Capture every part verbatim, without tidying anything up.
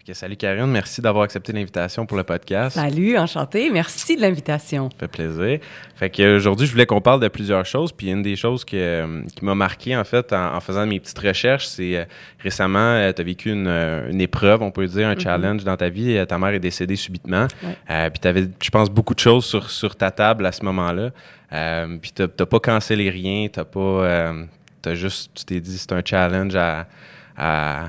que, salut Karine, merci d'avoir accepté l'invitation pour le podcast. Salut, enchantée, merci de l'invitation. Ça fait plaisir. Fait qu'aujourd'hui, je voulais qu'on parle de plusieurs choses, puis une des choses que, qui m'a marqué en fait en, en faisant mes petites recherches, c'est euh, récemment, euh, tu as vécu une, une épreuve, on peut dire, un mm-hmm. challenge dans ta vie, et ta mère est décédée subitement, ouais. euh, puis tu avais, je pense, beaucoup de choses sur, sur ta table à ce moment-là, euh, puis tu n'as pas cancellé rien, tu n'as pas... Euh, t'as juste, tu t'es dit, c'est un challenge à... à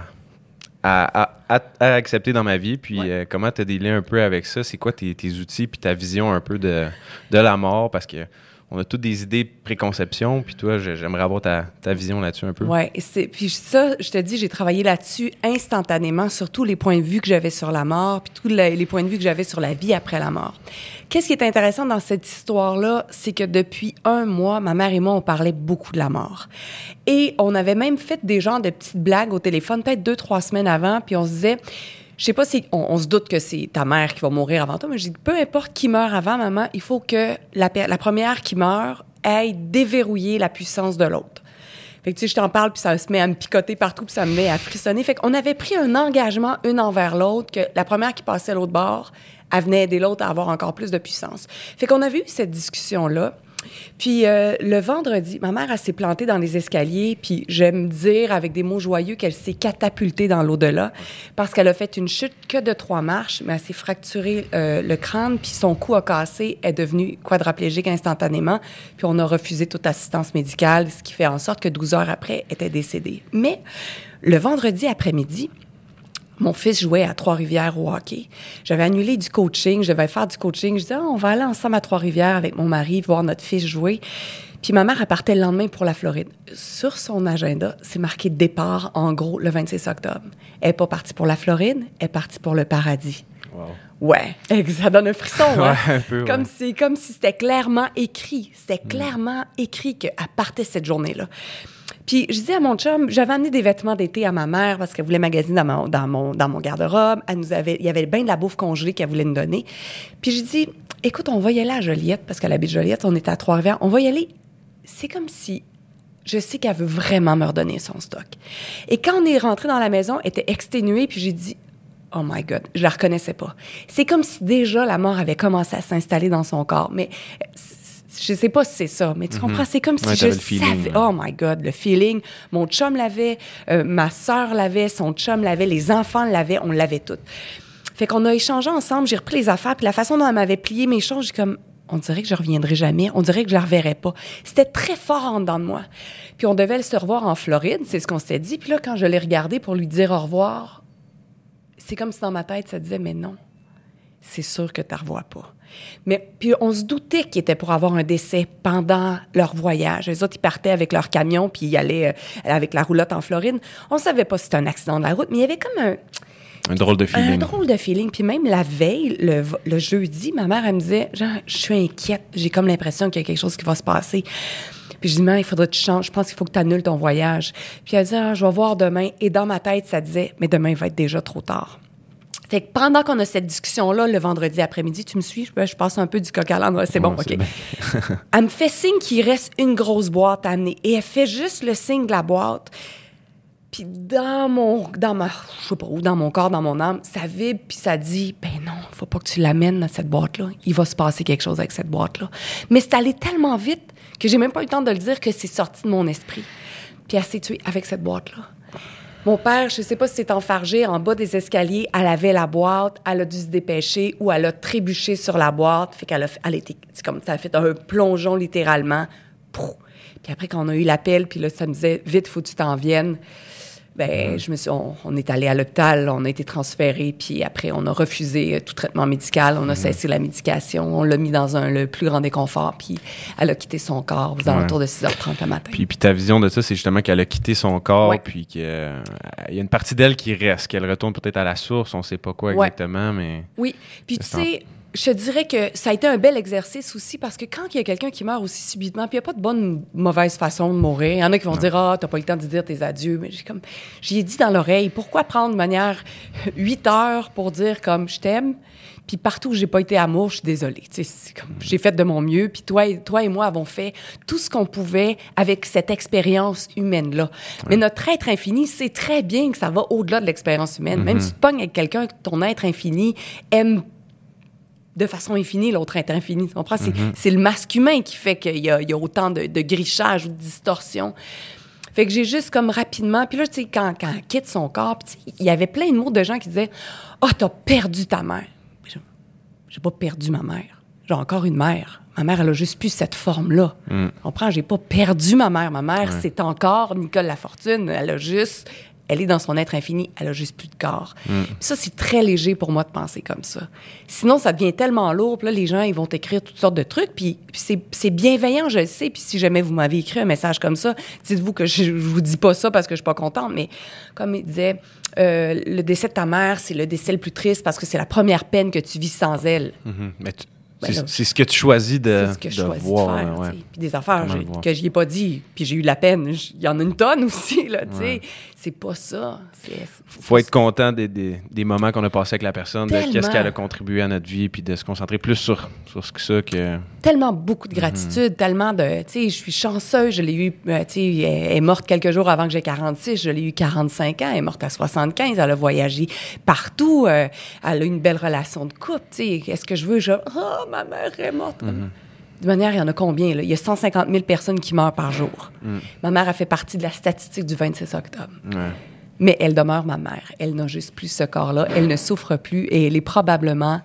À, à, à accepter dans ma vie, puis ouais. euh, comment tu as dealé un peu avec ça? C'est quoi tes, tes outils puis ta vision un peu de, de la mort? Parce que on a toutes des idées préconceptions, puis toi, j'aimerais avoir ta, ta vision là-dessus un peu. Oui, puis ça, je te dis, j'ai travaillé là-dessus instantanément sur tous les points de vue que j'avais sur la mort, puis tous les, les points de vue que j'avais sur la vie après la mort. Qu'est-ce qui est intéressant dans cette histoire-là, c'est que depuis un mois, ma mère et moi, on parlait beaucoup de la mort. Et on avait même fait des genres de petites blagues au téléphone, peut-être deux, trois semaines avant, puis on se disait... Je sais pas si on, on se doute que c'est ta mère qui va mourir avant toi, mais je dis peu importe qui meurt avant maman, il faut que la, la première qui meurt aille déverrouiller la puissance de l'autre. Fait que tu sais, je t'en parle puis ça se met à me picoter partout puis ça me met à frissonner. Fait qu'on avait pris un engagement une envers l'autre que la première qui passait à l'autre bord, elle venait aider l'autre à avoir encore plus de puissance. Fait qu'on avait eu cette discussion-là. Puis euh, le vendredi, ma mère, elle s'est plantée dans les escaliers, puis j'aime dire avec des mots joyeux qu'elle s'est catapultée dans l'au-delà parce qu'elle a fait une chute que de trois marches, mais elle s'est fracturé euh, le crâne, puis son cou a cassé, elle est devenue quadraplégique instantanément, puis on a refusé toute assistance médicale, ce qui fait en sorte que douze heures après, elle était décédée. Mais le vendredi après-midi, mon fils jouait à Trois-Rivières au hockey. J'avais annulé du coaching, je devais faire du coaching. Je disais, oh, on va aller ensemble à Trois-Rivières avec mon mari, voir notre fils jouer. Puis ma mère, elle partait le lendemain pour la Floride. Sur son agenda, c'est marqué départ, en gros, le vingt-six octobre. Elle n'est pas partie pour la Floride, elle est partie pour le paradis. Wow. Ouais, ça donne un frisson, hein? Ouais, un peu, comme, ouais. si, comme si c'était clairement écrit. C'était clairement mm. écrit qu'elle partait cette journée-là. Puis je dis à mon chum, j'avais amené des vêtements d'été à ma mère parce qu'elle voulait magasiner dans mon, dans mon, dans mon garde-robe. Elle nous avait, il y avait bien de la bouffe congelée qu'elle voulait nous donner. Puis je dis, écoute, on va y aller à Joliette parce qu'elle habite Joliette, on était à Trois-Rivières. On va y aller. C'est comme si je sais qu'elle veut vraiment me redonner son stock. Et quand on est rentré dans la maison, elle était exténuée, puis j'ai dit, oh my God, je la reconnaissais pas. C'est comme si déjà la mort avait commencé à s'installer dans son corps. Mais je sais pas si c'est ça, mais tu mm-hmm. comprends? C'est comme si ouais, je savais... Oh my God, le feeling. Mon chum l'avait, euh, ma sœur l'avait, son chum l'avait, les enfants l'avaient, on l'avait toutes. Fait qu'on a échangé ensemble, j'ai repris les affaires, puis la façon dont elle m'avait plié mes choses, j'ai comme... On dirait que je reviendrai jamais. On dirait que je la reverrai pas. C'était très fort en dedans de moi. Puis on devait se revoir en Floride, c'est ce qu'on s'était dit. Puis là, quand je l'ai regardé pour lui dire au revoir, c'est comme si dans ma tête, ça disait, mais non, c'est sûr que tu ne la revois pas. Mais puis on se doutait qu'ils étaient pour avoir un décès pendant leur voyage. Les autres, ils partaient avec leur camion, puis ils allaient euh, avec la roulotte en Floride. On ne savait pas si c'était un accident de la route, mais il y avait comme un... Un drôle de feeling. Un drôle de feeling. Puis même la veille, le, le jeudi, ma mère, elle me disait, genre, je suis inquiète. J'ai comme l'impression qu'il y a quelque chose qui va se passer. Puis je dis, mais il faudrait que tu changes. Je pense qu'il faut que tu annules ton voyage. Puis elle dit, ah, je vais voir demain. Et dans ma tête, ça disait, mais demain, il va être déjà trop tard. Fait que pendant qu'on a cette discussion-là, le vendredi après-midi, tu me suis? Je, je passe un peu du coq à l'âne. C'est bon, oh, c'est OK. Elle me fait signe qu'il reste une grosse boîte à amener. Et elle fait juste le signe de la boîte. Puis dans mon, dans ma, je sais pas où, dans mon corps, dans mon âme, ça vibre, puis ça dit, ben non, faut pas que tu l'amènes dans cette boîte-là. Il va se passer quelque chose avec cette boîte-là. Mais c'est allé tellement vite que j'ai même pas eu le temps de le dire que c'est sorti de mon esprit. Puis elle s'est tuée avec cette boîte-là. Mon père, je sais pas si c'est enfargé, en bas des escaliers, elle avait la boîte, elle a dû se dépêcher ou elle a trébuché sur la boîte. Fait qu'elle a, elle était, c'est comme, ça a fait un plongeon littéralement. Pouf. Puis après, quand on a eu l'appel, puis là, ça me disait, vite, faut que tu t'en viennes. Ben, je me suis, on, on est allé à l'hôpital, on a été transféré, puis après, on a refusé tout traitement médical, on a cessé la médication, on l'a mis dans un, le plus grand déconfort, puis elle a quitté son corps aux alentours de six heures trente le matin. Puis, puis ta vision de ça, c'est justement qu'elle a quitté son corps, ouais. puis qu'il euh, y a une partie d'elle qui reste, qu'elle retourne peut-être à la source, on sait pas quoi exactement, ouais. mais... Oui, puis tu sais... je te dirais que ça a été un bel exercice aussi parce que quand il y a quelqu'un qui meurt aussi subitement, puis il n'y a pas de bonne ou mauvaise façon de mourir. Il y en a qui vont non. dire « Ah, t'as pas eu le temps de dire tes adieux. » Mais j'ai comme, j'y ai dit dans l'oreille, pourquoi prendre de manière huit heures pour dire comme « Je t'aime ». Puis partout où j'ai pas été amour, je suis désolée. Tu sais, c'est comme, j'ai fait de mon mieux. Puis toi et, toi et moi avons fait tout ce qu'on pouvait avec cette expérience humaine-là. Ouais. Mais notre être infini, c'est très bien que ça va au-delà de l'expérience humaine. Mm-hmm. Même si tu te pognes avec quelqu'un, ton être infini aime de façon infinie l'autre être infini. Tu comprends? Mm-hmm. C'est, c'est le masque humain qui fait qu'il y a, il y a autant de, de grichage ou de distorsion. Fait que j'ai juste comme rapidement... Puis là, tu sais, quand, quand elle quitte son corps, il y avait plein de mots de gens qui disaient « Ah, oh, t'as perdu ta mère. » J'ai pas perdu ma mère. J'ai encore une mère. Ma mère, elle a juste plus cette forme-là. Mm. Tu comprends? J'ai pas perdu ma mère. Ma mère, ouais. c'est encore Nicole Lafortune. Elle a juste... Elle est dans son être infini. Elle a juste plus de corps. Mm. Puis ça, c'est très léger pour moi de penser comme ça. Sinon, ça devient tellement lourd. Puis là, les gens, ils vont t'écrire toutes sortes de trucs. Puis, puis c'est, c'est bienveillant, je le sais. Puis si jamais vous m'avez écrit un message comme ça, dites-vous que je, je vous dis pas ça parce que je suis pas contente. Mais comme il disait... Euh, le décès de ta mère, c'est le décès le plus triste parce que c'est la première peine que tu vis sans elle. Mm-hmm. Mais tu, ben c'est, là, c'est ce que tu choisis de, c'est ce que je de choisis voir. De faire, ouais. Puis des affaires j'ai, que je n'y ai pas dit, puis j'ai eu de la peine. Il y en a une tonne aussi, là, tu sais. Ouais. C'est pas ça. Il faut être content des, des, des moments qu'on a passés avec la personne, Tellement. de qu'est-ce qu'elle a contribué à notre vie, puis de se concentrer plus sur, sur ce que ça que... Tellement beaucoup de gratitude, mm-hmm. tellement de... Tu sais, je suis chanceuse, je l'ai eu... Euh, tu sais, elle est morte quelques jours avant que j'ai quarante-six, je l'ai eu quarante-cinq ans, elle est morte à soixante-quinze, elle a voyagé partout, euh, elle a une belle relation de couple, tu sais. Qu'est-ce que je veux? Je... Oh, ma mère est morte! Mm-hmm. De manière, il y en a combien, là? Il y a cent cinquante mille personnes qui meurent par jour. Mm. Ma mère a fait partie de la statistique du vingt-six octobre. Ouais. Mais elle demeure ma mère. Elle n'a juste plus ce corps-là. Elle ne souffre plus et elle est probablement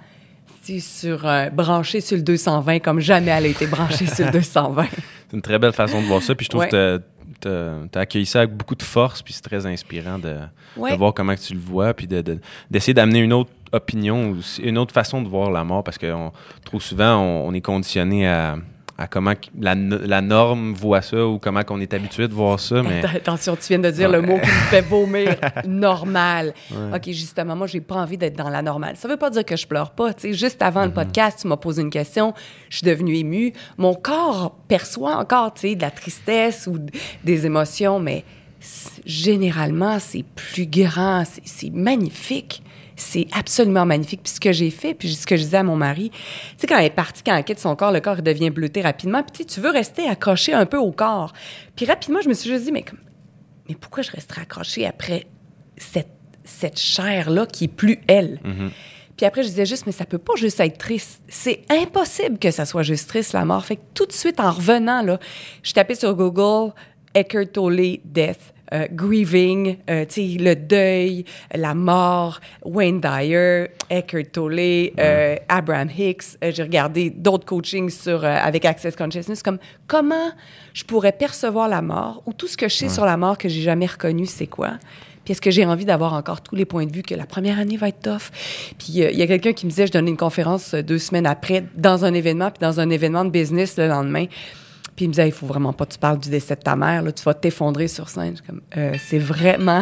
sur, euh, branchée sur le deux cent vingt comme jamais elle a été branchée sur le deux cent vingt. C'est une très belle façon de voir ça. Puis je trouve ouais. que tu as accueilli ça avec beaucoup de force, puis c'est très inspirant de, ouais. de voir comment tu le vois, puis de, de, d'essayer d'amener une autre opinion, une autre façon de voir la mort, parce que on, trop souvent, on, on est conditionné à, à comment la, la norme voit ça ou comment on est habitué de voir ça. Mais... Attention, tu viens de dire ouais. le mot qui me fait vomir. Normal. Ouais. OK, justement, moi, j'ai pas envie d'être dans la normale. Ça veut pas dire que je pleure pas. Tu sais, juste avant mm-hmm. le podcast, tu m'as posé une question, je suis devenue émue. Mon corps perçoit encore, tu sais, de la tristesse ou d- des émotions, mais généralement, c'est plus grand, c'est, c'est magnifique. C'est absolument magnifique. Puis ce que j'ai fait, puis ce que je disais à mon mari, tu sais, quand elle est partie, quand elle quitte son corps, le corps devient bleuté rapidement. Puis tu veux rester accroché un peu au corps. Puis rapidement, je me suis juste dit, mais, comme, mais pourquoi je resterais accrochée après cette, cette chair-là qui est plus elle? Mm-hmm. Puis après, je disais juste, mais ça peut pas juste être triste. C'est impossible que ça soit juste triste, la mort. Fait que tout de suite, en revenant, là, je tapais sur Google « Eckhart Tolle Death ». Euh, grieving, euh, tu sais, le deuil, la mort, Wayne Dyer, Eckhart Tolle, euh, ouais. Abraham Hicks. Euh, j'ai regardé d'autres coachings sur, euh, avec Access Consciousness, comme comment je pourrais percevoir la mort ou tout ce que je sais ouais. sur la mort que j'ai jamais reconnu, c'est quoi? Puis est-ce que j'ai envie d'avoir encore tous les points de vue que la première année va être tough? Puis il euh, y a quelqu'un qui me disait, je donnais une conférence euh, deux semaines après dans un événement, puis dans un événement de business le lendemain. Puis il me disait, il faut vraiment pas que tu parles du décès de ta mère, là, tu vas t'effondrer sur scène. Je suis comme, euh, c'est vraiment...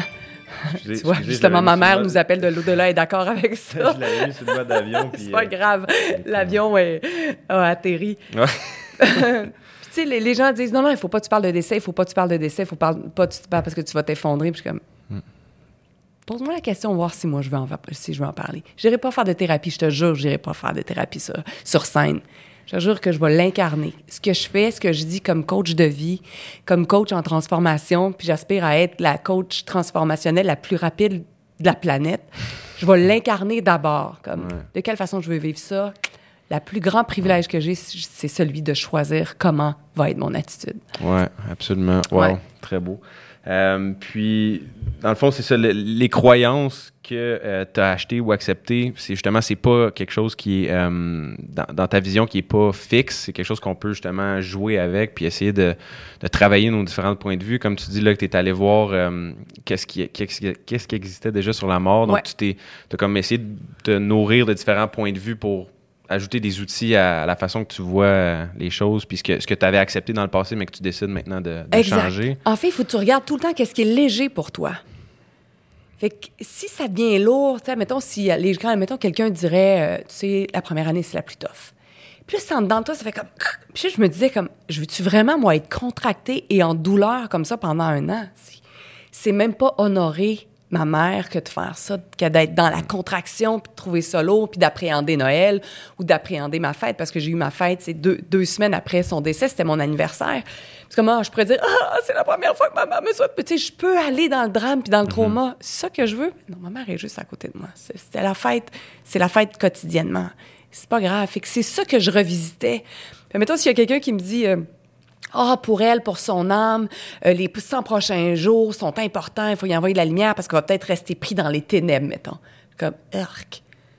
tu vois, justement, ma mère nous appelle de l'au-delà, elle est d'accord avec ça. Je l'avais vu sur le bas d'avion. Puis, c'est pas euh... grave, l'avion est... a atterri. Ouais. Puis tu sais, les, les gens disent, non, non, il faut pas que tu parles de décès, il faut pas que tu parles de décès, il faut pas, pas que tu parles parce que tu vas t'effondrer. Puis je suis comme... Hmm. Pose-moi la question, voir si moi je veux en, si je veux en parler. J'irai pas faire de thérapie, je te jure, j'irai pas faire de thérapie sur, sur scène. Je te jure que je vais l'incarner. Ce que je fais, ce que je dis comme coach de vie, comme coach en transformation, puis j'aspire à être la coach transformationnelle la plus rapide de la planète, je vais l'incarner d'abord. Comme, ouais. De quelle façon je veux vivre ça? Le plus grand privilège que j'ai, c'est celui de choisir comment va être mon attitude. Oui, absolument. Wow, ouais. Très beau. Euh, puis, dans le fond, c'est ça, le, les croyances que euh, tu as achetées ou acceptées, c'est justement, c'est pas quelque chose qui est, euh, dans, dans ta vision, qui est pas fixe, c'est quelque chose qu'on peut justement jouer avec puis essayer de, de travailler nos différents points de vue. Comme tu dis là, que tu es allé voir euh, qu'est-ce, qui, qu'est-ce, qui, qu'est-ce qui existait déjà sur la mort, donc ouais. tu t'es, t'as comme essayé de te nourrir de différents points de vue pour ajouter des outils à la façon que tu vois les choses, puis ce que, ce que tu avais accepté dans le passé, mais que tu décides maintenant de, de changer. En fait, il faut que tu regardes tout le temps qu'est-ce qui est léger pour toi. Fait que si ça devient lourd, tu sais, mettons, si les gens, mettons, quelqu'un dirait, euh, tu sais, la première année, c'est la plus tough. Puis là, c'est en dedans de toi, ça fait comme... Puis là, je me disais comme, je veux-tu vraiment, moi, être contractée et en douleur comme ça pendant un an? C'est, c'est même pas honorer ma mère que de faire ça, que d'être dans la contraction, puis de trouver ça lourd, puis d'appréhender Noël ou d'appréhender ma fête, parce que j'ai eu ma fête, c'est deux, deux semaines après son décès, c'était mon anniversaire. Puis comment je pourrais dire, ah, c'est la première fois que ma mère me souhaite. Tu sais, je peux aller dans le drame puis dans le trauma. Mm-hmm. C'est ça que je veux? Non, ma mère est juste à côté de moi. C'est, c'était la fête, c'est la fête quotidiennement. C'est pas grave. Fait que c'est ça que je revisitais. Puis mettons, s'il y a quelqu'un qui me dit... Euh, Ah, oh, pour elle, pour son âme, euh, les cent prochains jours sont importants, il faut y envoyer de la lumière parce qu'on va peut-être rester pris dans les ténèbres, mettons. Comme, arc,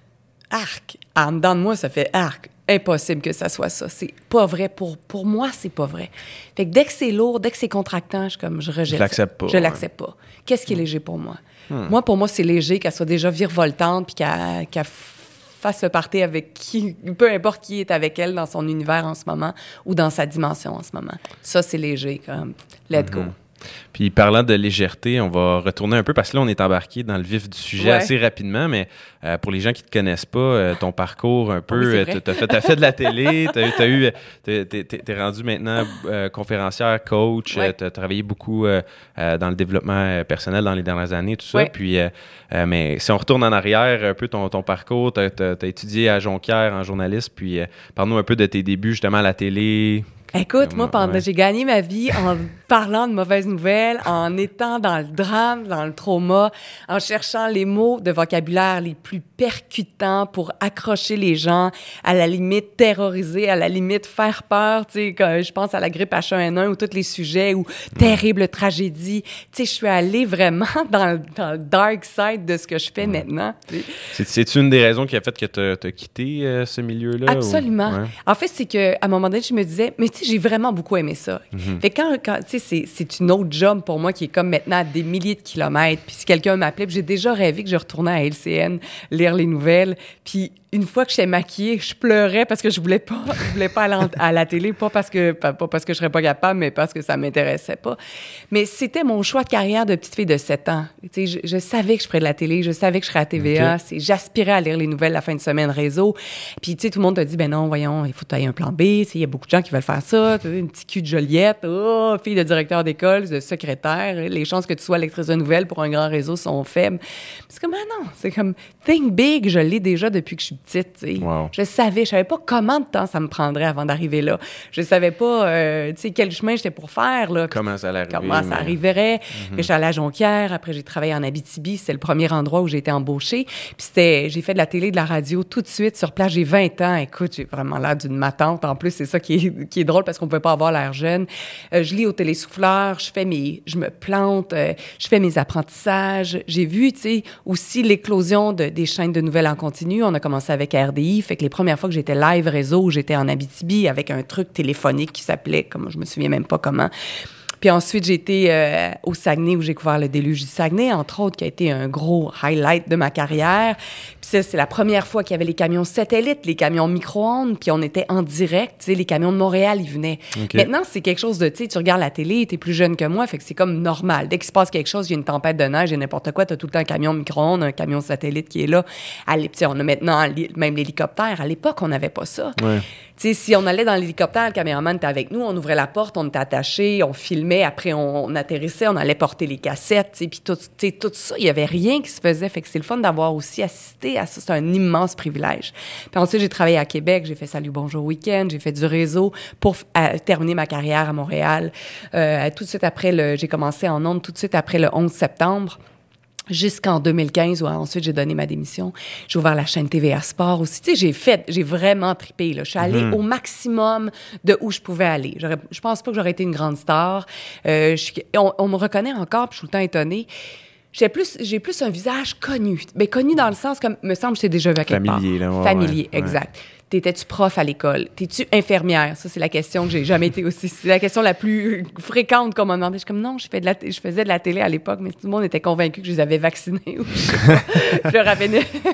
arc. En dedans de moi, ça fait arc. Impossible que ça soit ça. C'est pas vrai. Pour, pour moi, c'est pas vrai. Fait que dès que c'est lourd, dès que c'est contractant, je, comme, je rejette. Je l'accepte pas. Je l'accepte pas. Qu'est-ce qui est léger pour moi? Hmm. Moi, pour moi, c'est léger qu'elle soit déjà virevoltante puis qu'elle, qu'elle fasse le party avec qui, peu importe qui est avec elle dans son univers en ce moment ou dans sa dimension en ce moment. Ça, c'est léger, comme let mm-hmm. go. Puis parlant de légèreté, on va retourner un peu parce que là, on est embarqué dans le vif du sujet ouais. assez rapidement, mais euh, pour les gens qui ne te connaissent pas, euh, ton parcours un peu, oui, tu as fait, t'as fait de la télé, tu as eu, t'es, t'es, t'es rendu maintenant euh, conférencière, coach, ouais. tu as travaillé beaucoup euh, euh, dans le développement personnel dans les dernières années, tout ça. Ouais. Puis, euh, euh, mais si on retourne en arrière un peu ton, ton parcours, tu as étudié à Jonquière en journaliste, puis euh, parle-nous un peu de tes débuts justement à la télé. Écoute, moi, pendant, ouais. j'ai gagné ma vie en parlant de mauvaises nouvelles, en étant dans le drame, dans le trauma, en cherchant les mots de vocabulaire les plus percutants pour accrocher les gens, à la limite terroriser, à la limite faire peur. Tu sais, quand je pense à la grippe H un N un ou tous les sujets ou terrible tragédie. Tu sais, je suis allée vraiment dans le, dans le dark side de ce que je fais ouais. maintenant. C'est, c'est une des raisons qui a fait que tu as quitté euh, ce milieu-là? Absolument. Ou... Ouais. En fait, c'est qu'à un moment donné, je me disais, mais tu sais, j'ai vraiment beaucoup aimé ça. Mm-hmm. Fait que quand, quand tu sais, c'est, c'est une autre job pour moi qui est comme maintenant à des milliers de kilomètres. Puis si quelqu'un m'appelait, puis j'ai déjà rêvé que je retournais à L C N lire les nouvelles. Puis une fois que j'étais maquillée, je pleurais parce que je voulais pas, je voulais pas aller à la télé, pas parce que pas, pas parce que je serais pas capable, mais parce que ça m'intéressait pas. Mais c'était mon choix de carrière de petite fille de sept ans. Tu sais, je, je savais que je ferais de la télé, je savais que je serais à T V A. Okay. C'est, j'aspirais à lire les nouvelles la fin de semaine réseau. Puis tu sais, tout le monde te dit, ben non, voyons, il faut que tu aies un plan B. Il y a beaucoup de gens qui veulent faire ça. Tu sais, une petite cul de Joliette, oh, fille de directeur d'école, de secrétaire. Les chances que tu sois lectrice de nouvelles pour un grand réseau sont faibles. C'est comme, ah non, c'est comme, think big, je l'ai déjà depuis que je suis petite. Tu sais. Wow. Je savais, je savais pas combien de temps ça me prendrait avant d'arriver là. Je savais pas, euh, tu sais, quel chemin j'étais pour faire, là. Comment ça allait arriver. Comment ça mais... arriverait. Mm-hmm. Puis je suis allée à Jonquière. Après, j'ai travaillé en Abitibi. C'était le premier endroit où j'ai été embauchée. Puis c'était, j'ai fait de la télé, de la radio tout de suite sur place. J'ai vingt ans. Écoute, j'ai vraiment l'air d'une matante. En plus, c'est ça qui est, qui est drôle parce qu'on pouvait pas avoir l'air jeune. Euh, je lis au télésouffleur. Je fais mes, je me plante. Euh, je fais mes apprentissages. J'ai vu, tu sais, aussi l'éclosion de, des chaînes de nouvelles en continu. On a commencé avec R D I. Fait que les premières fois que j'étais live réseau, j'étais en Abitibi avec un truc téléphonique qui s'appelait, comme je me souviens même pas comment. Puis ensuite, j'ai été euh, au Saguenay où j'ai couvert le déluge du Saguenay, entre autres, qui a été un gros highlight de ma carrière. Puis ça, c'est la première fois qu'il y avait les camions satellites, les camions micro-ondes, puis on était en direct. Tu sais, les camions de Montréal, ils venaient. Okay. Maintenant, c'est quelque chose de, tu sais, tu regardes la télé, t'es plus jeune que moi, fait que c'est comme normal. Dès qu'il se passe quelque chose, il y a une tempête de neige, il y a n'importe quoi, t'as tout le temps un camion micro-ondes, un camion satellite qui est là. À tu sais, on a maintenant même l'hélicoptère. À l'époque, on n'avait pas ça. Ouais. Tu sais, si on allait dans l'hélicoptère, le caméraman était avec nous, on ouvrait la porte, on était attachés, on filmait, après on, on atterrissait, on allait porter les cassettes, tu sais, puis tout, tu sais, tout ça, il y avait rien qui se faisait, fait que c'est le fun d'avoir aussi assisté à ça, c'est un immense privilège. Puis ensuite, j'ai travaillé à Québec, j'ai fait Salut Bonjour Week-end, j'ai fait du réseau pour à, terminer ma carrière à Montréal. Euh, tout de suite après, le, j'ai commencé en ondes tout de suite après le onze septembre. Jusqu'en deux mille quinze, où ensuite j'ai donné ma démission. J'ai ouvert la chaîne T V A Sport aussi. Tu sais, j'ai fait, j'ai vraiment trippé, là. Je suis allée mm-hmm. au maximum de où je pouvais aller. J'aurais, je pense pas que j'aurais été une grande star. Euh, je, on, on me reconnaît encore, puis je suis tout le temps étonnée. J'ai plus, j'ai plus un visage connu. Mais connu dans le sens, comme, me semble, je t'ai déjà vu à quelque part. Familier, là. Ouais, Familier, ouais, exact. Ouais. T'étais-tu prof à l'école? T'es-tu infirmière? Ça, c'est la question que j'ai jamais été aussi. C'est la question la plus fréquente qu'on m'a demandé. Je suis comme, non, je, fais de la t- je faisais de la télé à l'époque, mais tout le monde était convaincu que je les avais vaccinés ou je sais pas. je, leur avais,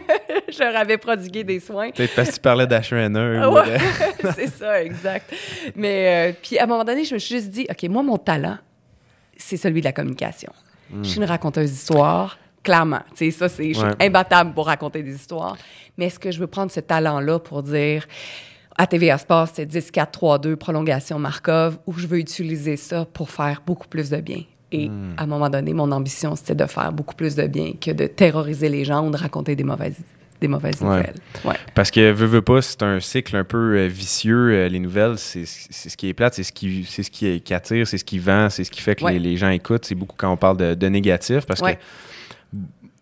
je leur avais prodigué des soins. Peut-être parce que tu parlais d'H un N un. Ouais, ou de... c'est ça, exact. Mais, euh, puis à un moment donné, je me suis juste dit, OK, moi, mon talent, c'est celui de la communication. Mm. Je suis une raconteuse d'histoire. clairement. Tu sais, ça, c'est, je suis Ouais. imbattable pour raconter des histoires. Mais est-ce que je veux prendre ce talent-là pour dire, à T V A Sport, c'est dix quatre trois deux, prolongation Markov, ou je veux utiliser ça pour faire beaucoup plus de bien? Et mm. à un moment donné, mon ambition, c'était de faire beaucoup plus de bien que de terroriser les gens ou de raconter des mauvaises des mauvaises nouvelles. Ouais. Ouais. Parce que, veux, veux pas, c'est un cycle un peu euh, vicieux. Euh, les nouvelles, c'est, c'est ce qui est plate, c'est ce qui, c'est ce qui, qui attire, c'est ce qui vend, c'est ce qui fait que ouais. les, les gens écoutent. C'est beaucoup quand on parle de, de négatif, parce ouais. que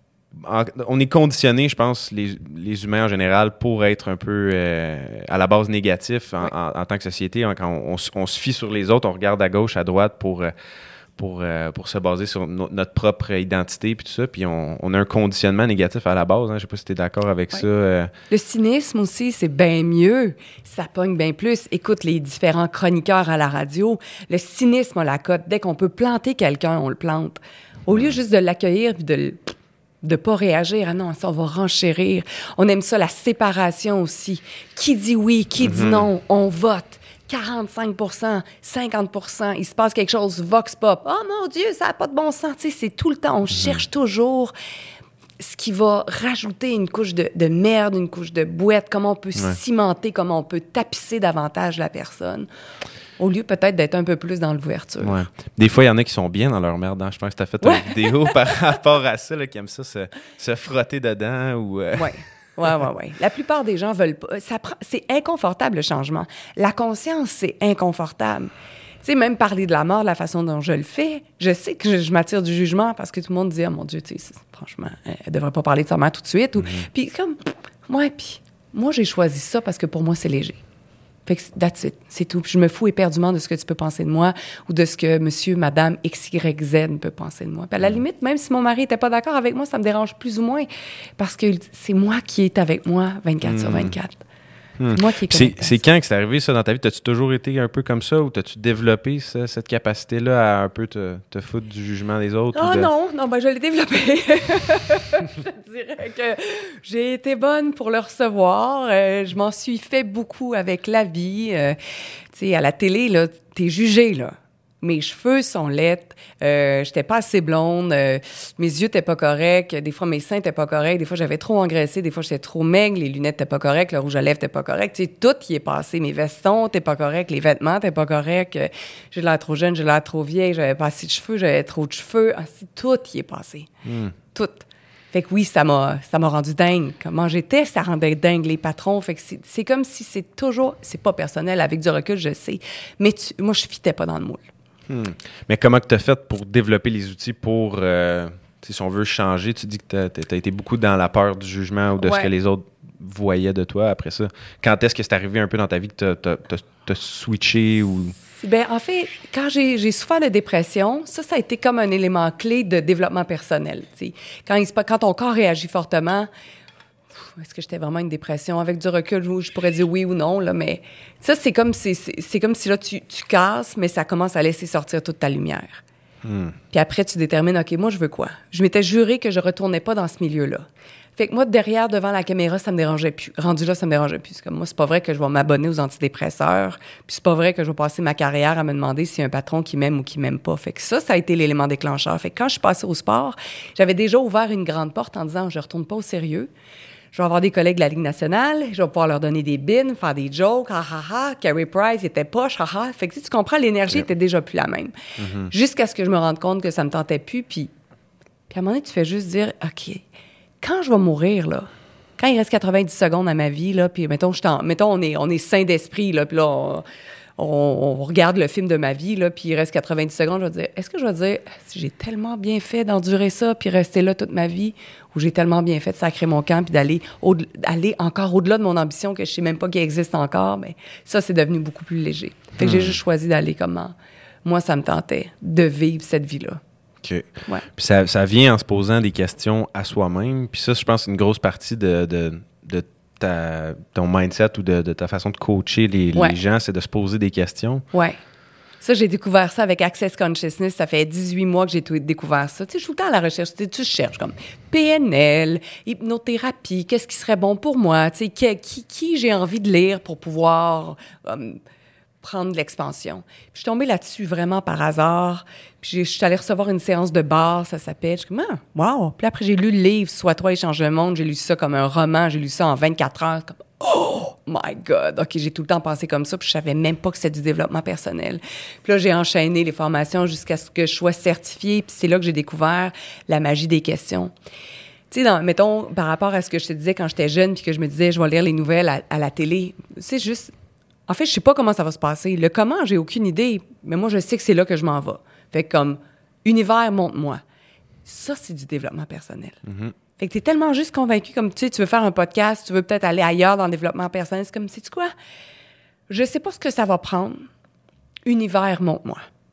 en, on est conditionné, je pense, les, les humains en général, pour être un peu euh, à la base négatif en, ouais. en, en tant que société. Hein, quand on, on, on se fie sur les autres, on regarde à gauche, à droite pour... Euh, Pour, euh, pour se baser sur no- notre propre identité puis tout ça. Puis on, on a un conditionnement négatif à la base. Hein. Je sais pas si tu es d'accord avec ouais. ça. Euh... Le cynisme aussi, c'est bien mieux. Ça pogne bien plus. Écoute les différents chroniqueurs à la radio. Le cynisme a la cote. Dès qu'on peut planter quelqu'un, on le plante. Au lieu juste de l'accueillir puis de de pas réagir. Ah non, ça, on va renchérir. On aime ça, la séparation aussi. Qui dit oui, qui mm-hmm. dit non, on vote. quarante-cinq pour cent, cinquante pour cent, il se passe quelque chose, vox pop. Oh mon Dieu, ça n'a pas de bon sens. Tu sais, c'est tout le temps, on mmh. cherche toujours ce qui va rajouter une couche de, de merde, une couche de bouette, comment on peut ouais. cimenter, comment on peut tapisser davantage la personne, au lieu peut-être d'être un peu plus dans l'ouverture. Ouais. Des fois, il y en a qui sont bien dans leur merde. Hein? Je pense que tu as fait une ouais. vidéo par rapport à ça, là, qui aiment ça, se, se frotter dedans. Ou, euh... Oui. Oui, oui, oui. La plupart des gens veulent pas. Ça prend, c'est inconfortable, le changement. La conscience, c'est inconfortable. Tu sais, même parler de la mort, de la façon dont je le fais, je sais que je, je m'attire du jugement parce que tout le monde dit « Oh mon Dieu, tu sais, franchement, elle devrait pas parler de sa mère tout de suite. Mm-hmm. » Puis comme, ouais, puis moi, j'ai choisi ça parce que pour moi, c'est léger. Fait que that's it, c'est tout. Puis je me fous éperdument de ce que tu peux penser de moi ou de ce que monsieur, madame, X, Y, Z peut penser de moi. Puis à la limite, même si mon mari n'était pas d'accord avec moi, ça me dérange plus ou moins parce que c'est moi qui est avec moi vingt-quatre mmh. sur vingt-quatre. Mmh. C'est moi qui est c'est, c'est quand que c'est arrivé ça dans ta vie? T'as-tu toujours été un peu comme ça ou t'as-tu développé ça, cette capacité-là à un peu te, te foutre du jugement des autres? Oh de... non, non, ben je l'ai développé. Je dirais que j'ai été bonne pour le recevoir. Euh, je m'en suis fait beaucoup avec la vie. Euh, tu sais, à la télé, là, t'es jugé, là. Mes cheveux sont laids, euh, j'étais pas assez blonde, euh, mes yeux étaient pas corrects, des fois mes seins étaient pas corrects, des fois j'avais trop engraissé, des fois j'étais trop maigre, les lunettes étaient pas correctes, le rouge à lèvres était pas correct, tu sais, tout y est passé, mes vestons étaient pas corrects, les vêtements étaient pas corrects, euh, j'ai l'air trop jeune, j'ai l'air trop vieille, j'avais pas assez de cheveux, j'avais trop de cheveux, ah, tout y est passé, mm. tout. Fait que oui, ça m'a, ça m'a rendu dingue. Comment j'étais, ça rendait dingue les patrons. Fait que c'est, c'est comme si c'est toujours, c'est pas personnel, avec du recul, je sais, mais tu, moi je fitais pas dans le moule. Hmm. Mais comment tu as fait pour développer les outils pour, euh, si on veut changer? Tu dis que tu as été beaucoup dans la peur du jugement ou de ouais. ce que les autres voyaient de toi après ça. Quand est-ce que c'est arrivé un peu dans ta vie que tu as switché ou... Ben, en fait, quand j'ai, j'ai souffert de dépression, ça, ça a été comme un élément clé de développement personnel. T'sais. Quand, il, quand ton corps réagit fortement... Est-ce que j'étais vraiment une dépression? Avec du recul, je pourrais dire oui ou non, là, mais ça, c'est comme, c'est, c'est, c'est comme si là, tu, tu casses, mais ça commence à laisser sortir toute ta lumière. Mm. Puis après, tu détermines, OK, moi, je veux quoi? Je m'étais juré que je retournais pas dans ce milieu-là. Fait que moi, derrière, devant la caméra, ça me dérangeait plus. Rendu là, ça me dérangeait plus. Comme moi, c'est pas vrai que je vais m'abonner aux antidépresseurs, puis c'est pas vrai que je vais passer ma carrière à me demander s'il y a un patron qui m'aime ou qui m'aime pas. Fait que ça, ça a été l'élément déclencheur. Fait que quand je suis passée au sport, j'avais déjà ouvert une grande porte en disant, je retourne pas au sérieux. Je vais avoir des collègues de la Ligue nationale, je vais pouvoir leur donner des bins, faire des jokes, ah ah ah, Carey Price était poche, ah ah. Fait que tu comprends, l'énergie yeah. était déjà plus la même. Mm-hmm. Jusqu'à ce que je me rende compte que ça me tentait plus, puis, puis à un moment donné, tu fais juste dire, OK, quand je vais mourir, là, quand il reste quatre-vingt-dix secondes à ma vie, là, puis mettons, je t'en, mettons on est, on est sain d'esprit, là, puis là, on, on, on regarde le film de ma vie, là, puis il reste quatre-vingt-dix secondes, je vais dire, est-ce que je vais dire, si j'ai tellement bien fait d'endurer ça, puis rester là toute ma vie, ou j'ai tellement bien fait de sacrer mon camp, puis d'aller au, aller encore au-delà de mon ambition, que je sais même pas qu'elle existe encore, mais ça, c'est devenu beaucoup plus léger. Fait que mmh. j'ai juste choisi d'aller comme, moi, ça me tentait de vivre cette vie-là. OK. Ouais. Puis ça, ça vient en se posant des questions à soi-même, puis ça, je pense, c'est une grosse partie de, de, de ta, ton mindset ou de, de ta façon de coacher les, ouais. les gens, c'est de se poser des questions. Ouais. Ça, j'ai découvert ça avec Access Consciousness. Ça fait dix-huit mois que j'ai tout découvert ça. Tu sais, je suis tout le temps à la recherche. Tu, tu cherches comme P N L, hypnothérapie, qu'est-ce qui serait bon pour moi? Tu sais, qui, qui, qui j'ai envie de lire pour pouvoir um, prendre de l'expansion. Puis je suis tombée là-dessus vraiment par hasard. Puis je suis allée recevoir une séance de bar, ça s'appelle. Je suis comme, ah, wow! Puis après, j'ai lu le livre « Sois-toi et change le monde ». J'ai lu ça comme un roman. J'ai lu ça en vingt-quatre heures. Comme, oh my God! OK, j'ai tout le temps pensé comme ça. Puis je savais même pas que c'était du développement personnel. Puis là, j'ai enchaîné les formations jusqu'à ce que je sois certifiée. Puis c'est là que j'ai découvert la magie des questions. Tu sais, dans, mettons, par rapport à ce que je te disais quand j'étais jeune, puis que je me disais, je vais lire les nouvelles à, à la télé, c'est juste... En fait, je sais pas comment ça va se passer. Le comment, j'ai aucune idée, mais moi, je sais que c'est là que je m'en vais. Fait que comme, univers, montre-moi. Ça, c'est du développement personnel. Mm-hmm. Fait que t'es tellement juste convaincu, comme, tu sais, tu veux faire un podcast, tu veux peut-être aller ailleurs dans le développement personnel. C'est comme, sais-tu quoi? Je sais pas ce que ça va prendre. Univers, montre-moi.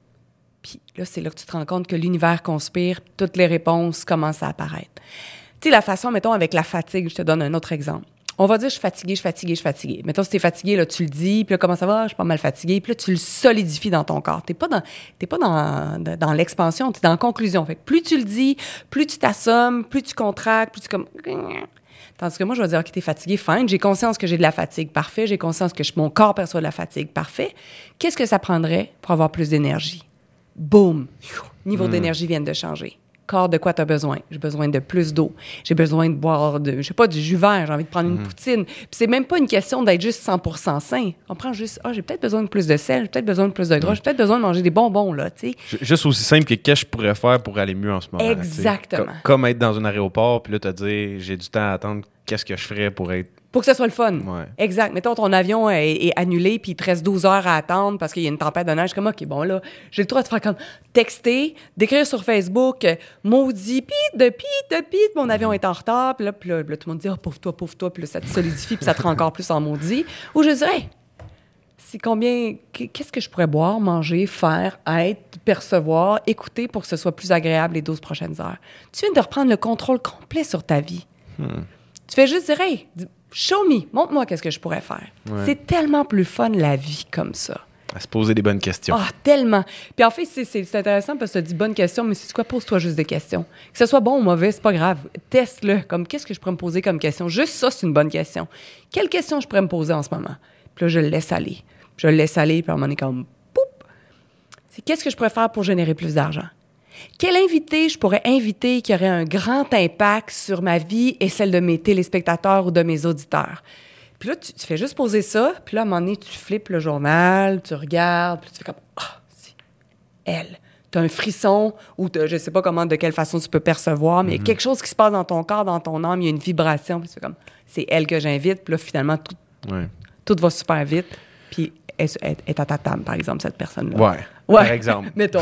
Puis là, c'est là que tu te rends compte que l'univers conspire, toutes les réponses commencent à apparaître. Tu sais, la façon, mettons, avec la fatigue, je te donne un autre exemple. On va dire, je suis fatiguée, je suis fatiguée, je suis fatiguée. Mettons, si t'es fatigué, là, tu le dis, puis là, comment ça va? Je suis pas mal fatiguée. Puis là, tu le solidifies dans ton corps. T'es pas dans, t'es pas dans, dans, dans l'expansion, t'es dans la conclusion. Fait que plus tu le dis, plus tu t'assommes, plus tu contractes, plus tu comme... Tandis que moi, je vais dire, OK, t'es fatigué, fine. J'ai conscience que j'ai de la fatigue, parfait. J'ai conscience que je, mon corps perçoit de la fatigue, parfait. Qu'est-ce que ça prendrait pour avoir plus d'énergie? Boum! Niveau mmh. d'énergie vient de changer. Corps, de quoi tu as besoin? J'ai besoin de plus d'eau. J'ai besoin de boire, de, je sais pas, du jus vert. J'ai envie de prendre mmh. une poutine. Puis c'est même pas une question d'être juste cent pour cent sain. On prend juste, ah, oh, j'ai peut-être besoin de plus de sel, j'ai peut-être besoin de plus de gras, mmh. j'ai peut-être besoin de manger des bonbons, là, tu sais. Juste aussi simple que qu'est-ce que je pourrais faire pour aller mieux en ce moment. Exactement. Com- comme être dans un aéroport, puis là, te dire, j'ai du temps à attendre, qu'est-ce que je ferais pour être... Pour que ça soit le fun. Ouais. Exact. Mettons, ton avion est, est annulé, puis il te reste douze heures à attendre parce qu'il y a une tempête de neige. Comme, OK, bon, là, j'ai le droit de faire comme texter, d'écrire sur Facebook, euh, maudit, pit, de pit, de pit, mon avion est en retard. Puis là, puis là, là, tout le monde dit, oh, pauvre-toi, pauvre-toi. Puis là, ça te solidifie, puis ça te rend encore plus en maudit. Ou je dirais, c'est combien, qu'est-ce que je pourrais boire, manger, faire, être, percevoir, écouter pour que ce soit plus agréable les douze prochaines heures. Tu viens de reprendre le contrôle complet sur ta vie. Hmm. Tu fais juste dire, hey, show me, montre-moi qu'est-ce que je pourrais faire. Ouais. C'est tellement plus fun, la vie, comme ça. À se poser des bonnes questions. Ah, tellement. Puis en fait, c'est, c'est, c'est intéressant parce que tu dis bonnes questions, mais c'est quoi? Pose-toi juste des questions. Que ce soit bon ou mauvais, c'est pas grave. Teste-le. Comme, qu'est-ce que je pourrais me poser comme question? Juste ça, c'est une bonne question. Quelle question je pourrais me poser en ce moment? Puis là, je le laisse aller. Je le laisse aller, puis à un moment donné, comme, poup! C'est qu'est-ce que je pourrais faire pour générer plus d'argent? Quel invité je pourrais inviter qui aurait un grand impact sur ma vie et celle de mes téléspectateurs ou de mes auditeurs? Puis là, tu, tu fais juste poser ça, puis là, à un moment donné, tu flippes le journal, tu regardes, puis tu fais comme « Ah, oh, c'est elle! » Tu as un frisson ou t'as, je sais pas comment, de quelle façon tu peux percevoir, mais il mm-hmm. y a quelque chose qui se passe dans ton corps, dans ton âme, il y a une vibration, puis tu fais comme « C'est elle que j'invite », puis là, finalement, tout, ouais. tout va super vite, puis elle, elle est à ta table, par exemple, cette personne-là. Ouais, ouais. Par exemple. Mettons.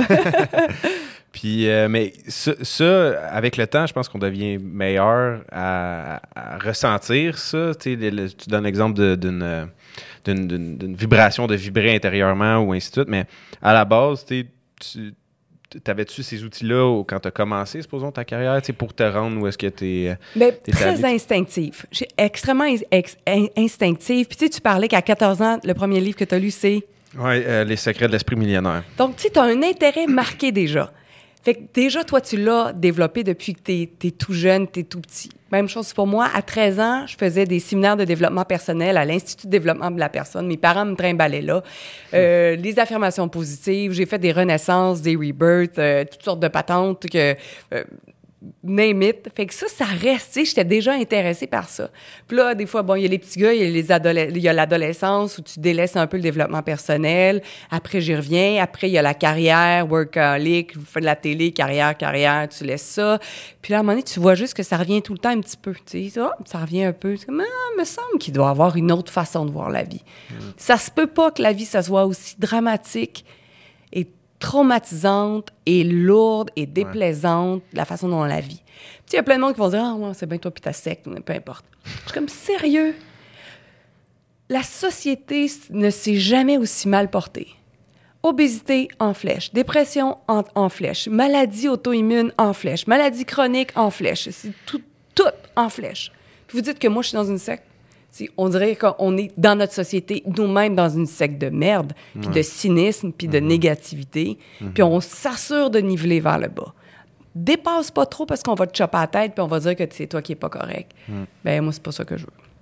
Puis, euh, mais ça, ça, avec le temps, je pense qu'on devient meilleur à, à ressentir ça. Tu sais, le, tu donnes l'exemple de, d'une, d'une, d'une, d'une vibration, de vibrer intérieurement ou ainsi de suite. Mais à la base, tu t'avais-tu ces outils-là quand tu as commencé, supposons, ta carrière, pour te rendre où est-ce que tu es? Bien, très instinctif. J'ai extrêmement ex- instinctif. Puis, tu sais, tu parlais qu'à quatorze ans, le premier livre que tu as lu, c'est... Oui, euh, Les secrets de l'esprit millionnaire. Donc, tu sais, tu as un intérêt marqué déjà. Fait que déjà, toi, tu l'as développé depuis que t'es, t'es tout jeune, t'es tout petit. Même chose pour moi. À treize ans, je faisais des séminaires de développement personnel à l'Institut de développement de la personne. Mes parents me trimballaient là. Euh, les affirmations positives, j'ai fait des renaissances, des rebirths, euh, toutes sortes de patentes que... Euh, name it. Fait que ça, ça reste, tu sais, j'étais déjà intéressée par ça. Puis là, des fois, bon, il y a les petits gars, il y a, les adoles- il y a l'adolescence où tu délaisses un peu le développement personnel. Après, j'y reviens. Après, il y a la carrière, workaholic, vous faites de la télé, carrière, carrière, tu laisses ça. Puis là, à un moment donné, tu vois juste que ça revient tout le temps un petit peu, tu sais. Oh, ça revient un peu. C'est comme, ah, me semble qu'il doit y avoir une autre façon de voir la vie. Mm. Ça se peut pas que la vie, ça soit aussi dramatique et traumatisante et lourde et déplaisante, ouais. la façon dont on la vit. Tu sais, il y a plein de monde qui vont dire « Ah, ouais, c'est bien toi puis ta secte, peu importe. » Je suis comme « Sérieux? La société ne s'est jamais aussi mal portée. Obésité en flèche, dépression en, en flèche, maladie auto-immune en flèche, maladie chronique en flèche. C'est tout, tout en flèche. Puis vous dites que moi, je suis dans une secte? On dirait qu'on est dans notre société, nous-mêmes, dans une secte de merde, puis ouais. de cynisme, puis mm-hmm. de négativité, mm-hmm. puis on s'assure de niveler vers le bas. Dépasse pas trop parce qu'on va te choper à la tête, puis on va dire que c'est toi qui es pas correct. Mm. Ben moi, c'est pas ça que je veux.